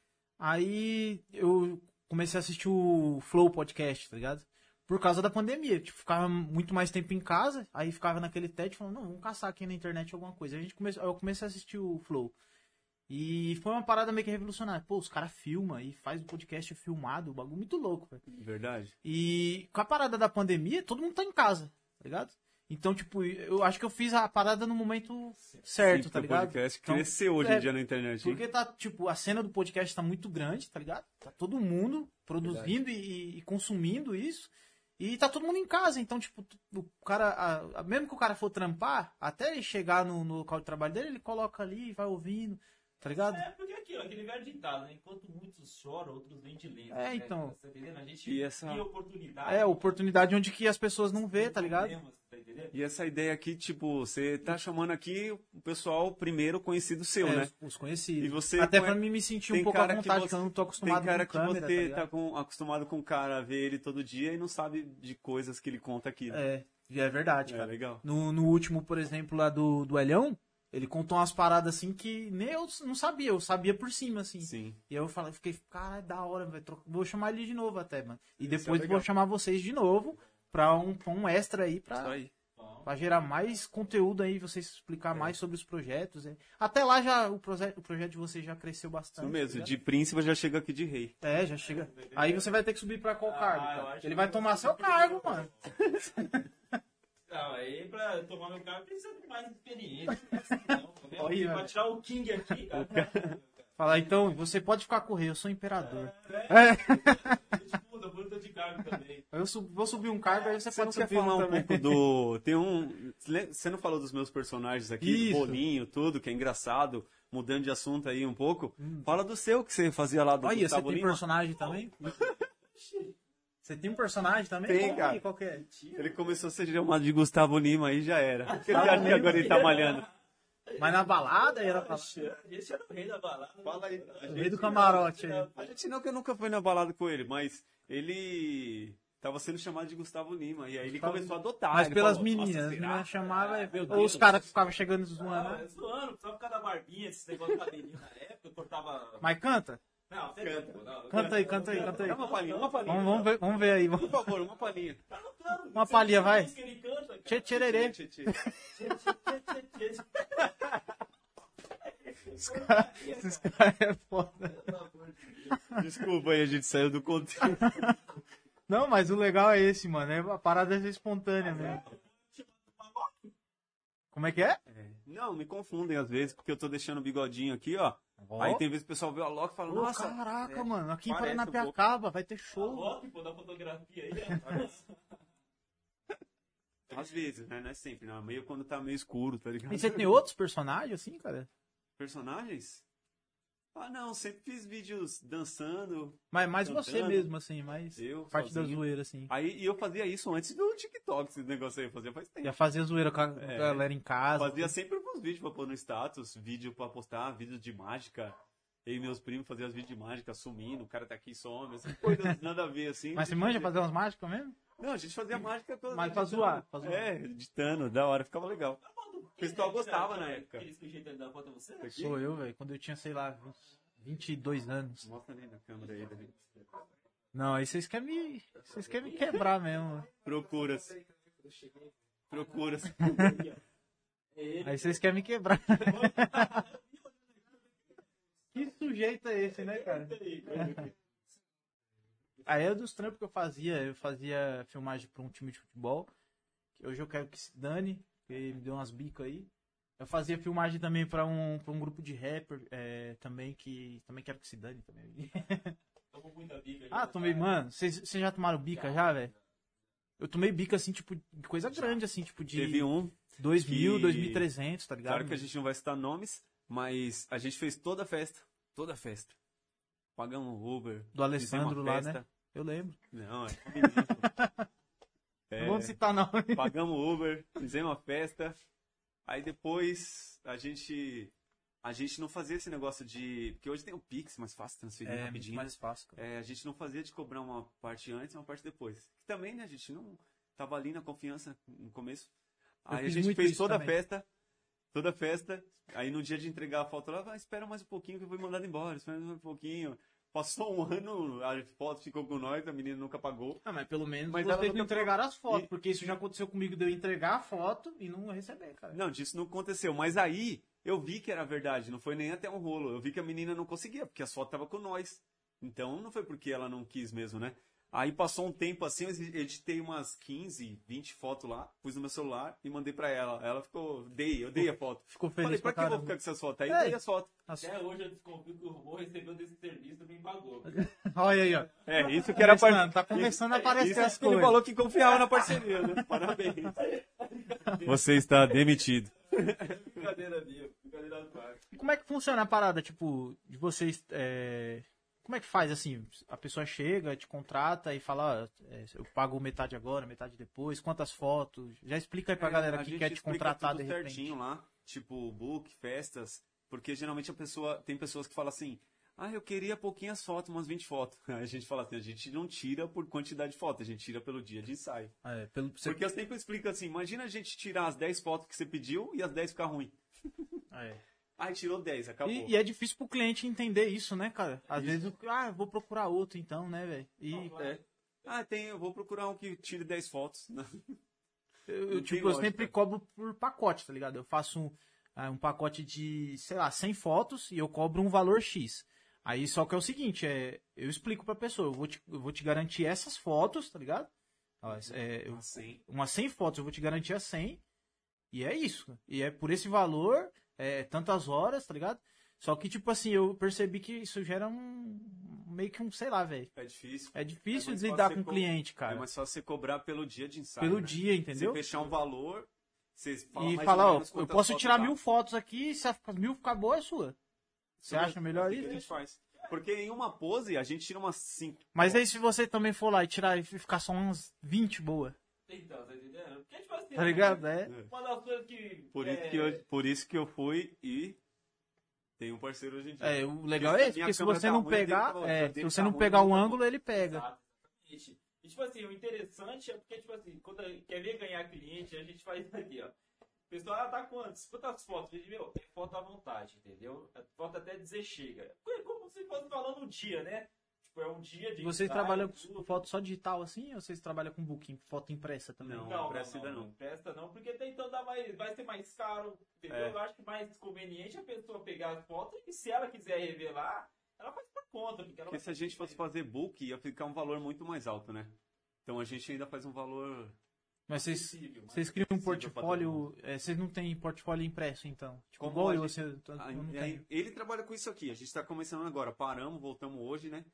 Aí eu comecei a assistir o Flow Podcast, tá ligado? Por causa da pandemia. Tipo, ficava muito mais tempo em casa, aí ficava naquele tédio falando, não, vamos caçar aqui na internet alguma coisa. Aí a gente come... eu comecei a assistir o Flow. E foi uma parada meio que revolucionária. Pô, os caras filmam e faz o podcast filmado, o bagulho muito louco, velho. Verdade. E com a parada da pandemia, todo mundo tá em casa, tá ligado? Então, tipo, eu acho que eu fiz a parada no momento certo, Sim, tá porque o ligado? podcast Então, cresceu hoje é, em dia na internet. hein? Porque tá, tipo, a cena do podcast tá muito grande, tá ligado? Tá todo mundo produzindo e, e consumindo isso. E tá todo mundo em casa, então, tipo, o cara, a- a- mesmo que o cara for trampar, até ele chegar no, no local de trabalho dele, ele coloca ali, vai ouvindo, tá ligado? É, porque aquilo, aquele velho ditado, né? Enquanto muitos choram, outros vêm de lenço. É, né? então. Tá entendendo? A gente E essa- cria oportunidade. É, oportunidade onde que as pessoas não vê, tá ligado? Problemas, tá entendendo? E essa ideia aqui, tipo, você tá chamando aqui o pessoal primeiro conhecido seu, É, né? os, os conhecidos. E você Até conhe- pra mim me sentir tem um pouco à cara que vontade, você- porque eu não tô acostumado Tem cara com que câmera, você tá tá, ligado? com- acostumado com o cara, ver ele todo dia e não sabe de coisas que ele conta aqui. né? É, é verdade, É, cara. legal. No, no último, por exemplo, lá do, do Elhão, ele contou umas paradas assim que nem eu não sabia, eu sabia por cima, assim. Sim. E aí eu falei, fiquei, cara, da hora, velho. tro- Vou chamar ele de novo até, mano. E Isso é depois legal. vou chamar vocês de novo pra um, pra um extra aí, Isso pra, aí. pra gerar mais conteúdo aí, vocês explicar É. mais sobre os projetos. é. Até lá já o, proje o projeto de vocês já cresceu bastante. Isso tá mesmo. ligado? De príncipe já chega aqui de rei. É, já chega. Aí você vai ter que subir pra qual Ah, cargo? eu cara? acho Ele que vai eu tomar vou seu subir cargo, pra- mano. Não, aí pra tomar meu carro precisa de mais experiência. Não, entendeu? Olha, pra tirar o King aqui, cara. Falar, então, você pode ficar com o rei, eu sou imperador. É. Disputa, puta de cargo também. Eu sub- vou subir um cargo, aí você, Você não pode quer subir um falar um também. pouco do... Tem um... Você não falou dos meus personagens aqui? Isso. Do bolinho, tudo, que é engraçado. Mudando de assunto aí um pouco. Fala do seu, que você fazia lá do Olha, você Gustavo tem Lima. personagem também? Você tem um personagem também? Tem, Conta cara. aí, qual que é? Ele começou a ser chamado de Gustavo Lima, aí já era. Porque você acha que agora ele tá malhando? Mas na balada era pra... Esse era o rei da balada. Fala aí. O rei do camarote aí. A gente não, que eu nunca fui na balada com ele, mas ele tava sendo chamado de Gustavo Lima. E aí ele começou a adotar. Mas ele pelas falou, "Nossa, meninas, será?" né? Chamava... Meu Ou Deus. os caras que ficavam chegando zoando. Ah, zoando, só por causa da barbinha, esse negócio de cabelinho na época, eu cortava. Mas canta? Não, você Canta. canta. Não, Canta aí, canta aí, canta aí. Dá uma palhinha, uma palhinha. Vamos, vamos ver, vamos ver aí. Por favor, uma palhinha. Tá cantando. Uma Você palhinha, não vai. música que ele canta, cara. Tchê, tchererê. Tchê, tchê. Esses caras esses cara é foda. Desculpa aí, a gente saiu do contexto. Não, mas o legal é esse, mano. É a parada é ser espontânea mesmo. Como é que é? Não, me confundem às vezes, porque eu tô deixando o bigodinho aqui, ó. Ó. Aí tem vezes que o pessoal vê a Loki e fala, Ô, nossa, caraca, é, mano. Aqui em parece um Paranapiacaba vai ter O show. Loki, pô, da fotografia aí. às vezes, né? Não é sempre, não. Meio quando tá meio escuro, tá ligado? E você tem outros personagens assim, cara? Personagens? Ah, não, sempre fiz vídeos dançando. Mas mais você Cantando. mesmo, assim, mais Eu, parte da sozinho. zoeira, assim. Aí, e eu fazia isso antes do TikTok, esse negócio aí, eu fazia faz tempo. Ia fazer zoeira com a É. galera em casa. Fazia sempre uns vídeos pra pôr no status, vídeo pra postar, vídeos de mágica. Eu e meus primos faziam os vídeos de mágica sumindo, o cara tá aqui e some, essas coisas nada a ver, assim. Mas você manja fazer umas mágicas mesmo? Não, a gente fazia mágica toda. Mas pra editando. zoar, pra zoar. É, editando, da hora, ficava legal. O pessoal gostava na época. Aqueles que jeito da foto é você? Aqui? Sou eu, velho. Quando eu tinha, sei lá, vinte, vinte e dois anos. Mostra ali na câmera aí, David. Não, aí vocês querem me. Vocês querem me quebrar mesmo. Procuras. Procuras. Aí vocês querem me quebrar. Que sujeito é esse, né, cara? Aí é dos trampos que eu fazia. Eu fazia filmagem pra um time de futebol. Que hoje eu quero que se dane. Porque me deu umas bicas aí. Eu fazia filmagem também pra um, pra um grupo de rapper. É, também que. Também quero que se dane também. Tomou muita bica. Ah, tomei, mano. Vocês vocês já tomaram bica já, velho? Eu tomei bica assim, tipo, de coisa grande, assim, tipo de Teve um, dois mil, que- dois mil e trezentos, tá ligado? claro que a gente não vai citar nomes, mas a gente fez toda a festa. Toda a festa. Pagamos Uber. Do Alessandro fizemos uma lá, festa. né? Eu lembro. Não, é combinado. É, Não vamos citar não. pagamos Uber, fizemos uma festa. Aí depois a gente a gente não fazia esse negócio de, porque hoje tem o Pix, mais fácil transferir É, muito rapidinho. mais fácil, cara. É, a gente não fazia de cobrar uma parte antes e uma parte depois. Que também, né, a gente não tava ali na confiança no começo. Eu Aí a fiz gente muito fez isso toda também. a festa, toda a festa. Aí no dia de entregar a foto lá, ah, espera mais um pouquinho que eu fui mandado embora, espera mais um pouquinho. Passou um ano, a foto ficou com nós, a menina nunca pagou. Ah, mas pelo menos Mas vocês ela não nunca- entregaram as fotos, E- porque isso já aconteceu comigo de eu entregar a foto e não receber, cara. Não, disso não aconteceu. Mas aí eu vi que era verdade, não foi nem até um rolo. Eu vi que a menina não conseguia, porque as fotos estavam com nós. Então não foi porque ela não quis mesmo, né? Aí passou um tempo assim, eu editei umas quinze, vinte fotos lá, pus no meu celular e mandei pra ela. Ela ficou, dei, eu dei a foto. Ficou feliz Falei, pra pra que eu vou caramba. ficar com essas fotos? Aí É. dei as fotos. Nossa, Até hoje eu desconfio que o robô recebeu desse serviço e me pagou. olha aí, ó. É, isso que era Começando, tá começando a aparecer Isso as que ele coisas. falou que confiava na parceria, né? Parabéns. Você está demitido. Brincadeira minha, brincadeira do parque. E como é que funciona a parada, tipo, de vocês... é, Como é que faz, assim? A pessoa chega, te contrata e fala, ó, é, eu pago metade agora, metade depois, quantas fotos? Já explica aí pra galera É, a que gente quer te explica contratar tudo de repente. certinho lá, tipo book, festas, porque geralmente a pessoa, tem pessoas que falam assim, ah, eu queria pouquinhas fotos, umas vinte fotos. Aí a gente fala assim, a gente não tira por quantidade de fotos, a gente tira pelo dia de ensaio. É, pelo, você- Porque eu sempre explico assim, imagina a gente tirar as dez fotos que você pediu e as dez ficar ruim. é. Aí tirou dez, acabou. E, e é difícil pro cliente entender isso, né, cara? Às Isso. vezes, eu- ah, eu vou procurar outro então, né, velho? E É. Ah, tem, eu vou procurar um que tire dez fotos. eu, eu, não tem tipo, eu lógica. sempre cobro por pacote, tá ligado? Eu faço um, ah, um pacote de, sei lá, cem fotos e eu cobro um valor X. Aí só que é o seguinte, é, eu explico pra pessoa, eu vou te, eu vou te garantir essas fotos, tá ligado? Ó, é, eu, Assim. umas cem fotos, eu vou te garantir as cem. E é isso. E é por esse valor, é, tantas horas, tá ligado? Só que, tipo assim, eu percebi que isso gera um. Meio que um, sei lá, velho. É difícil. É difícil É mais de fácil lidar você com o co- cliente, É cara. mais só você cobrar pelo dia de ensaio. Pelo né? dia, entendeu? Você fechar um valor, você fala E mais falar, ou ó, menos eu quantas posso fotos tirar dá. mil fotos aqui, se as mil ficar boa, é sua. Você acha melhor É assim que a isso? gente faz. Porque em uma pose, a gente tira umas cinco. Mas aí se você também for lá e tirar e ficar só umas vinte boa, Então, tá entendendo? Porque, tipo assim, tá ligado? É. uma das coisas que. Por, é, isso que eu, por isso que eu fui e tenho um parceiro hoje em dia. É, o legal Porque é se esse, minha porque se câmera você tá não ruim, eu pegar, tenho que- é, eu se tenho que você tá não ruim, pegar eu o não tô ângulo, ele pega. Exatamente. E, tipo assim, o interessante é porque, tipo assim, quando quer ver ganhar cliente, a gente faz isso aqui, ó. O pessoal, ah, tá quantos? Quantas fotos? Eu falei, meu, é foto à vontade, entendeu? É foto até dizer chega. É como se fosse falando um dia, né? Tipo, é um dia de Vocês ensaio, trabalham tudo. com foto só digital assim ou vocês trabalham com booking, foto impressa também? Não. Não, presta não, ainda não, não. não presta não, porque até então dá mais, vai ser mais caro, entendeu? É. Eu acho que mais conveniente a pessoa pegar as fotos e se ela quiser revelar, ela faz por conta. Porque, ela Porque vai se a gente fosse fazer book, ia ficar um valor muito mais alto, né? Então a gente ainda faz um valor... Mas vocês, acessível, mas vocês criam um acessível pra todo portfólio. É, vocês não têm portfólio impresso, então? Tipo, Como igual a eu, gente- você. Eu Ah, não e tenho. aí, ele trabalha com isso aqui. A gente está começando agora. Paramos, voltamos hoje, né?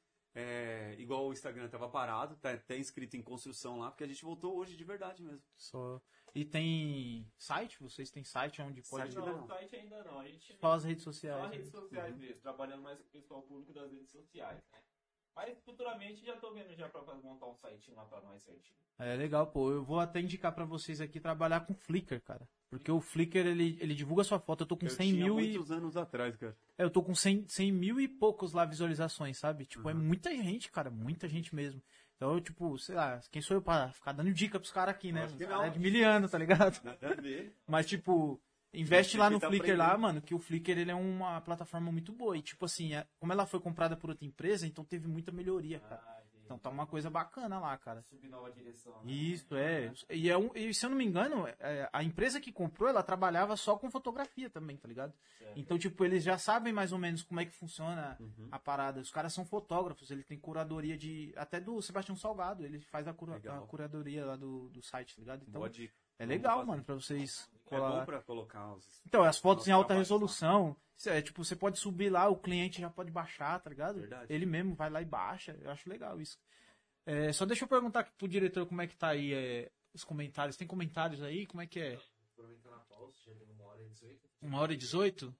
É, igual o Instagram estava parado, tá até inscrito em construção lá, porque a gente voltou hoje de verdade mesmo. Só... E tem site? Vocês têm site onde pode. Site Não, ainda não. o site ainda não. A gente Só as redes só sociais. as né? redes sociais Uhum. mesmo, trabalhando mais com o pessoal público das redes sociais, né? Mas futuramente já tô vendo já pra montar um site lá pra nós certinho. É legal, pô. Eu vou até indicar pra vocês aqui trabalhar com Flickr, cara. Porque o Flickr, ele, ele divulga sua foto. Eu tô com Eu cem tinha mil muitos e. anos atrás, cara. É, eu tô com cem, cem mil e poucos lá visualizações, sabe? Tipo, é Uhum. muita gente, cara. Muita gente mesmo. Então, eu, tipo, sei lá, quem sou eu pra ficar dando dica pros caras aqui, né? Acho que Os caras não. é de miliano, tá ligado? Nada a ver. Mas, tipo, investe Você lá que no tá Flickr lá, aprendendo. mano, que o Flickr, ele é uma plataforma muito boa. E, tipo assim, é- como ela foi comprada por outra empresa, então teve muita melhoria, cara. Ah, entendi. Então tá uma coisa bacana lá, cara. Subir nova direção. Né? Isso, é. E, é um, e se eu não me engano, é, a empresa que comprou, ela trabalhava só com fotografia também, tá ligado? Certo. Então, tipo, eles já sabem mais ou menos como é que funciona Uhum. a parada. Os caras são fotógrafos, ele tem curadoria de. Até do Sebastião Salgado, ele faz a, cura- Legal. a curadoria lá do, do site, tá ligado? Então, Boa dica. é Vamos legal, fazer. mano, pra vocês É colar bom lá. pra colocar os... Então, as fotos Nosso em alta trabalho, resolução. Isso é, tipo, você pode subir lá, o cliente já pode baixar, tá ligado? Verdade. Ele mesmo vai lá e baixa. Eu acho legal isso. É, só deixa eu perguntar pro diretor como é que tá aí é, os comentários. Tem comentários aí? Como é que é? Aproveitando a pausa, já deu uma hora e dezoito. Uma hora e dezoito?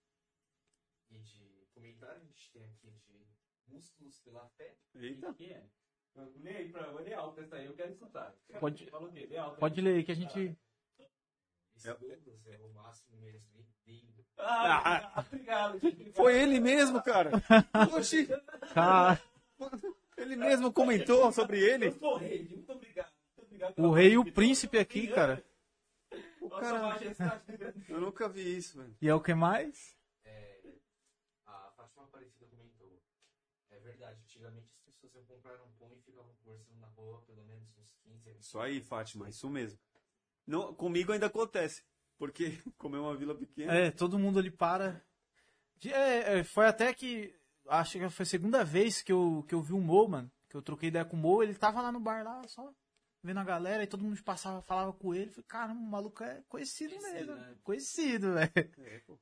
E de comentário, a gente tem aqui de músculos pela fé. Eita. Quem é? Eu Lê aí pra eu ler alto essa aí, eu quero escutar. Pode- Fala o quê? Lê alto aí. Pode ler aí que a gente. Esse É. Douglas é o máximo mesmo, hein? Lindo. Ah, obrigado, gente. Foi ele mesmo, cara. Oxi, Cara, ele mesmo comentou sobre ele. Eu sou o rei, muito obrigado. Muito obrigado o pela rei e o participação. príncipe aqui, cara. O Nossa cara... majestade. Eu nunca vi isso, velho. E é o que mais? É, a Fátima Aparecida comentou. É verdade, antigamente as pessoas iam comprar um pão e ficavam conversando na rua pelo menos uns quinze anos. Isso aí, Fátima, isso mesmo. Não, comigo ainda acontece. Porque, como é uma vila pequena... É, todo mundo ali para. De- é, é, foi até que. Acho que foi a segunda vez que eu, que eu vi o Mo, mano. Que eu troquei ideia com o Mo. Ele tava lá no bar lá, só vendo a galera. E todo mundo passava, falava com ele. Falei, caramba, o maluco é conhecido, Conhecido, mesmo. né? Conhecido, velho. É, pô.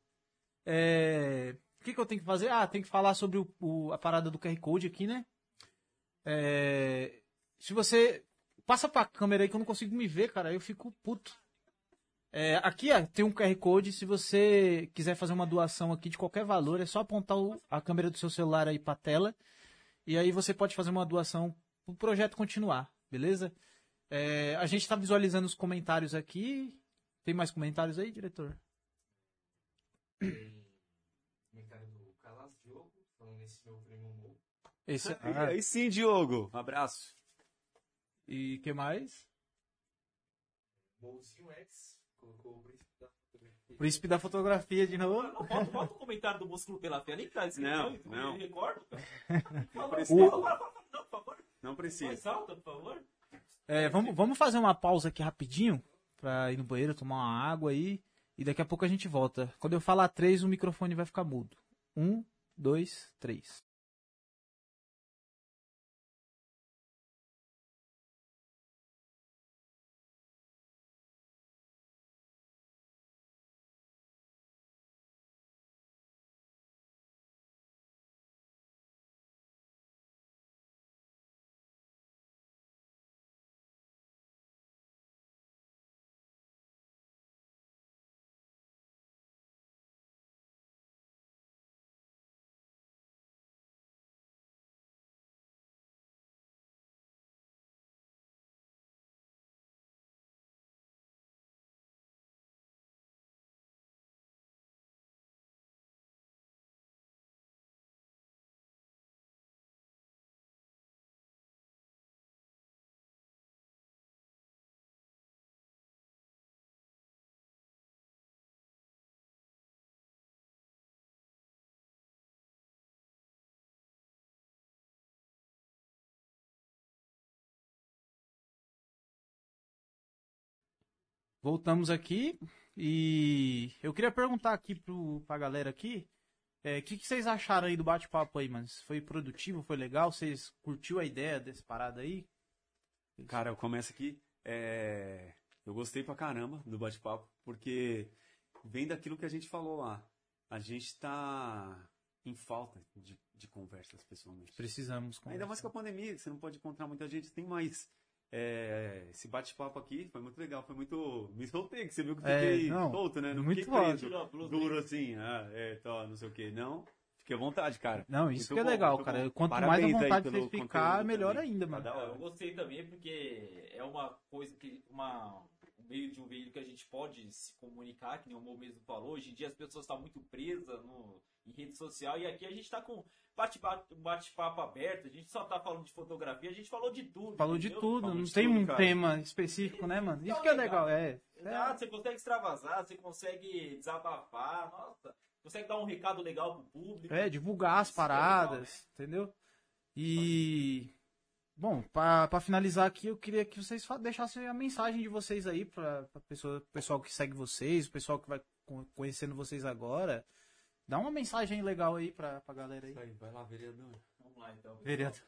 É, o que, que eu tenho que fazer? Ah, tem que falar sobre o, o- a parada do Q R Code aqui, né? É, se você. Passa pra câmera aí que eu não consigo me ver, cara. Aí eu fico puto. É, aqui ó, tem um Q R Code. Se você quiser fazer uma doação aqui de qualquer valor, é só apontar o- a câmera do seu celular aí pra tela. E aí você pode fazer uma doação pro projeto continuar, beleza? É, a gente tá visualizando os comentários aqui. Tem mais comentários aí, diretor? Tem comentário do Calas Diogo, falando nesse meu primo Mo. Esse, E ah, aí sim, Diogo. Um abraço. e que mais? Mozinho X colocou o príncipe da fotografia. Príncipe da fotografia de novo. Não, bota, bota o comentário do músculo pela fé, nem tá escrito. Não, eu não. me recordo. Não, precisa. não, por favor. Não Mais precisa. alta, por favor. É, vamos, vamos fazer uma pausa aqui rapidinho pra ir no banheiro, tomar uma água aí. E daqui a pouco a gente volta. Quando eu falar três, o microfone vai ficar mudo. Um, dois, três. voltamos aqui e eu queria perguntar aqui pro, pra galera aqui, o é, que, que vocês acharam aí do bate-papo aí, mano? Foi produtivo, foi legal? Vocês curtiu a ideia desse parada aí? Cara, eu começo aqui. É... Eu gostei pra caramba do bate-papo, porque vem daquilo que a gente falou lá. A gente tá em falta de, de conversas pessoalmente. Precisamos conversar. Ainda mais com a pandemia, que você não pode encontrar muita gente. Tem mais. É... Esse bate-papo aqui foi muito legal, foi muito. Me soltei, que você viu que eu fiquei É, não, solto, né? Não muito fiquei foda. preso, duro assim. Ah, é, tá, não sei o quê. Não. Fique à vontade, cara. Não, isso Muito que é bom, legal, muito cara. bom. Quanto Parabéns mais a aí vontade de pelo vocês ficar, conteúdo melhor também. ainda, Tá mano. da hora. Eu gostei também porque é uma coisa que. Uma, um meio de um veículo que a gente pode se comunicar, que nem o Mo mesmo falou. Hoje em dia as pessoas estão muito presas no, em rede social e aqui a gente está com bate-papo bate aberto. A gente só tá falando de fotografia, a gente falou de tudo. Falou de entendeu? tudo, Falou não de tem tudo, um cara. tema específico, né, mano? Isso que é legal, é. Exato, você consegue extravasar, você consegue desabafar, nossa, consegue dar um recado legal pro público. É, divulgar as Isso que é paradas, legal, né? entendeu? E. Bom, pra, pra finalizar aqui, eu queria que vocês fa- deixassem a mensagem de vocês aí pra, pra pessoa, pessoal que segue vocês, o pessoal que vai co- conhecendo vocês agora. Dá uma mensagem legal aí pra, pra galera aí. Isso aí, vai lá, vereador. Vamos lá então. pessoal. Vereador.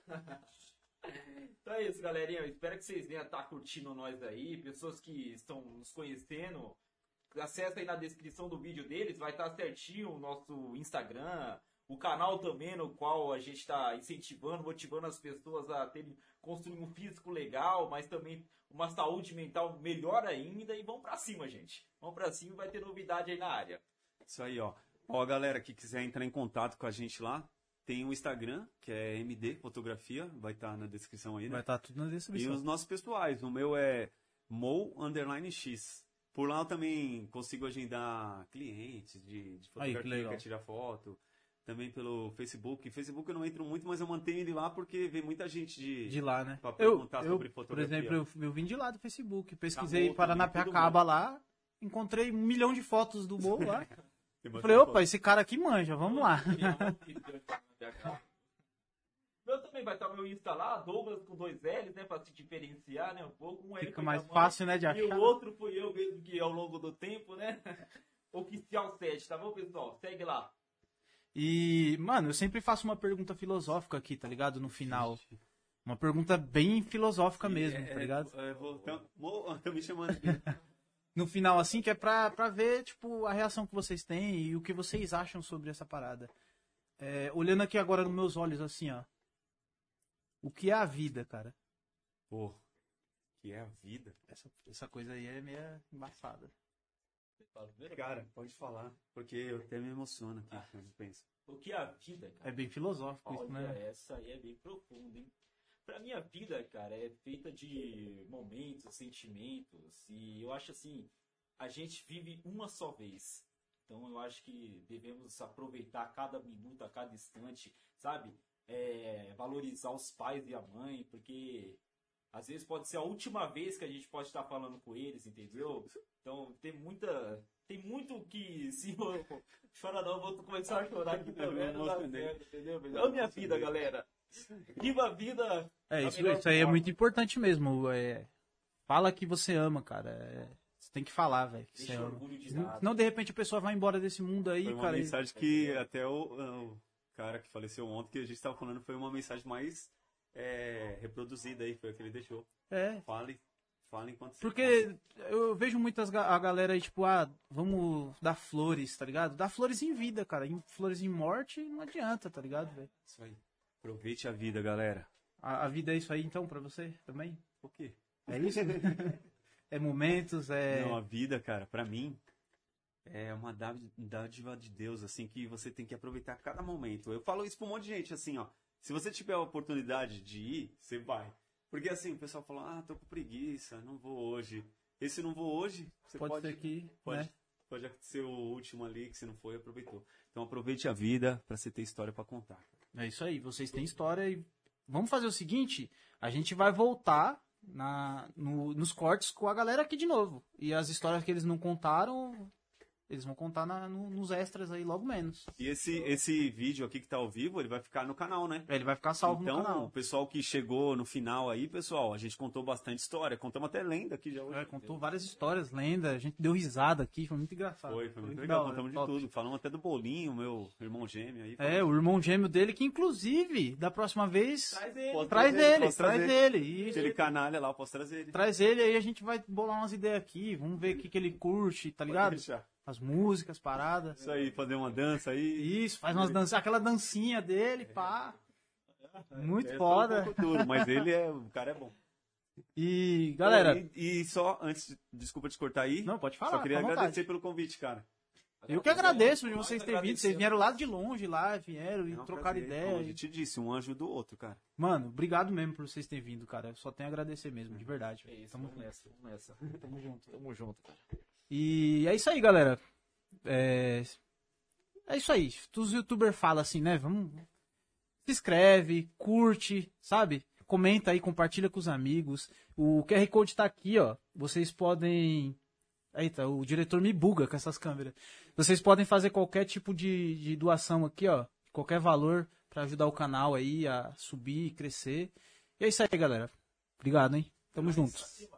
Então é isso, galerinha. Eu espero que vocês venham estar curtindo nós aí. Pessoas que estão nos conhecendo, acessa aí na descrição do vídeo deles, vai estar certinho o nosso Instagram, o canal também, no qual a gente está incentivando, motivando as pessoas a terem, construir um físico legal, mas também uma saúde mental melhor ainda. E vamos pra cima, gente. Vamos pra cima e vai ter novidade aí na área. Isso aí, ó. Ó, galera que quiser entrar em contato com a gente lá, tem o Instagram, que é M D Fotografia, vai estar na descrição aí, né? Vai estar tudo na E descrição. os nossos pessoais, o meu é Mo underline X. Por lá eu também consigo agendar clientes de, de Aí, que fotografia, legal. quer tirar foto. Também pelo Facebook. Facebook eu não entro muito, mas eu mantenho ele lá porque vem muita gente de... De lá, né? Pra Eu, perguntar eu sobre por fotografia. exemplo, eu, eu vim de lá do Facebook, pesquisei Acabou Paranapiacaba lá, encontrei um milhão de fotos do Mo lá. Tem Falei, bastante opa, esse cara aqui manja, vamos lá. Meu também vai estar o meu Insta lá, Douglas com dois L's, né? Pra se diferenciar, né? Um pouco. Um L Fica foi mais da mãe, fácil, né, de E achar. o outro fui eu mesmo que ao longo do tempo, né? Oficial sete, tá bom, pessoal? Segue lá. E, mano, eu sempre faço uma pergunta filosófica aqui, tá ligado? No final. Uma pergunta bem filosófica mesmo, tá ligado? É, é, vou, tá, Mo, tá me chamando aqui. No final, assim, que é pra, pra ver, tipo, a reação que vocês têm e o que vocês acham sobre essa parada. É, olhando aqui agora nos meus olhos, assim, ó. O que é a vida, cara? Pô, que é a vida. Essa, essa coisa aí é meio embaçada. Cara, pode falar, porque eu até me emociono aqui quando penso. O que é a vida, cara? É bem filosófico isso, Olha, né? essa aí é bem profunda, hein? Pra minha vida, cara, é feita de momentos, sentimentos, e eu acho assim, a gente vive uma só vez. Então eu acho que devemos aproveitar cada minuto, a cada instante, sabe? É, valorizar os pais e a mãe, porque às vezes pode ser a última vez que a gente pode estar falando com eles, entendeu? Então tem muita. Tem muito que. Se eu chora não, eu vou começar a chorar aqui também, não dá certo, entendeu? É a minha vida, galera. Viva a vida! É, da isso, melhor isso aí é forma. muito importante mesmo. É, fala que você ama, cara. É, você tem que falar, velho. que Deixa você ama. orgulho de nada. Não, de repente a pessoa vai embora desse mundo aí, Foi uma cara. e- mensagem que até o, o cara que faleceu ontem, que a gente tava falando, foi uma mensagem mais é, reproduzida aí, foi a que ele deixou. É, Fale, fale enquanto você porque eu vejo muitas ga- a galera aí, tipo, ah, vamos dar flores, tá ligado? Dar flores em vida, cara. Em, flores em morte não adianta, tá ligado, velho? Isso aí. Aproveite a vida, galera. A, a vida é isso aí, então, pra você também? O quê? É isso? É momentos, é... Não, a vida, cara, pra mim, é uma dáv- dádiva de Deus, assim, que você tem que aproveitar cada momento. Eu falo isso pra um monte de gente, assim, ó. Se você tiver a oportunidade de ir, você vai. Porque, assim, o pessoal fala, ah, tô com preguiça, não vou hoje. Esse não vou hoje, você Pode, pode... ser que, Pode, né? pode ser o último ali que você não foi e aproveitou. Então aproveite a vida pra você ter história pra contar. É isso aí, vocês têm história e vamos fazer o seguinte, a gente vai voltar na, no- nos cortes com a galera aqui de novo. E as histórias que eles não contaram, eles vão contar na- no- nos extras aí logo menos. E esse, esse vídeo aqui que tá ao vivo, ele vai ficar no canal, né? Ele vai ficar salvo Então, no canal. o pessoal que chegou no final aí, pessoal, a gente contou bastante história. Contamos até lenda aqui já hoje. É, contou várias histórias, lenda, a gente deu risada aqui, foi muito engraçado. Foi, foi muito da legal. hora, Contamos de top. tudo. Falamos até do Bolinho, meu irmão gêmeo aí. É, o irmão gêmeo dele, que inclusive, da próxima vez, Traz ele. Pode traz trazer, ele, posso traz trazer. ele. E Aquele canalha lá, eu posso trazer ele. traz ele, aí a gente vai bolar umas ideias aqui, vamos ver o que, que ele curte, tá ligado? Pode deixar. As músicas, paradas. Isso aí, fazer uma dança aí. Isso, faz umas danças, aquela dancinha dele, pá. Muito É, foda. Um pouco duro, mas ele é. O cara é bom. E, galera, E, e só, antes, desculpa te cortar aí. não, pode falar, Só queria fica à vontade. agradecer pelo convite, cara. Eu que agradeço de Nós vocês terem vindo. Vocês agradecemos. vieram lá de longe, lá, vieram e É um trocaram prazer. ideia. Como a e- gente disse, um anjo do outro, cara. Mano, obrigado mesmo por vocês terem vindo, cara. Eu só tenho a agradecer mesmo, de verdade. É isso, Tamo vamos nessa, vamos nessa. Tamo junto. Tamo junto, cara. E é isso aí, galera. É, é isso aí. Os youtubers falam assim, né? Vamos. Se inscreve, curte, sabe? Comenta aí, compartilha com os amigos. O Q R Code tá aqui, ó. Vocês podem. Eita, o diretor me buga com essas câmeras. Vocês podem fazer qualquer tipo de, de doação aqui, ó. Qualquer valor pra ajudar o canal aí a subir e crescer. E é isso aí, galera. Obrigado, hein? Tamo junto.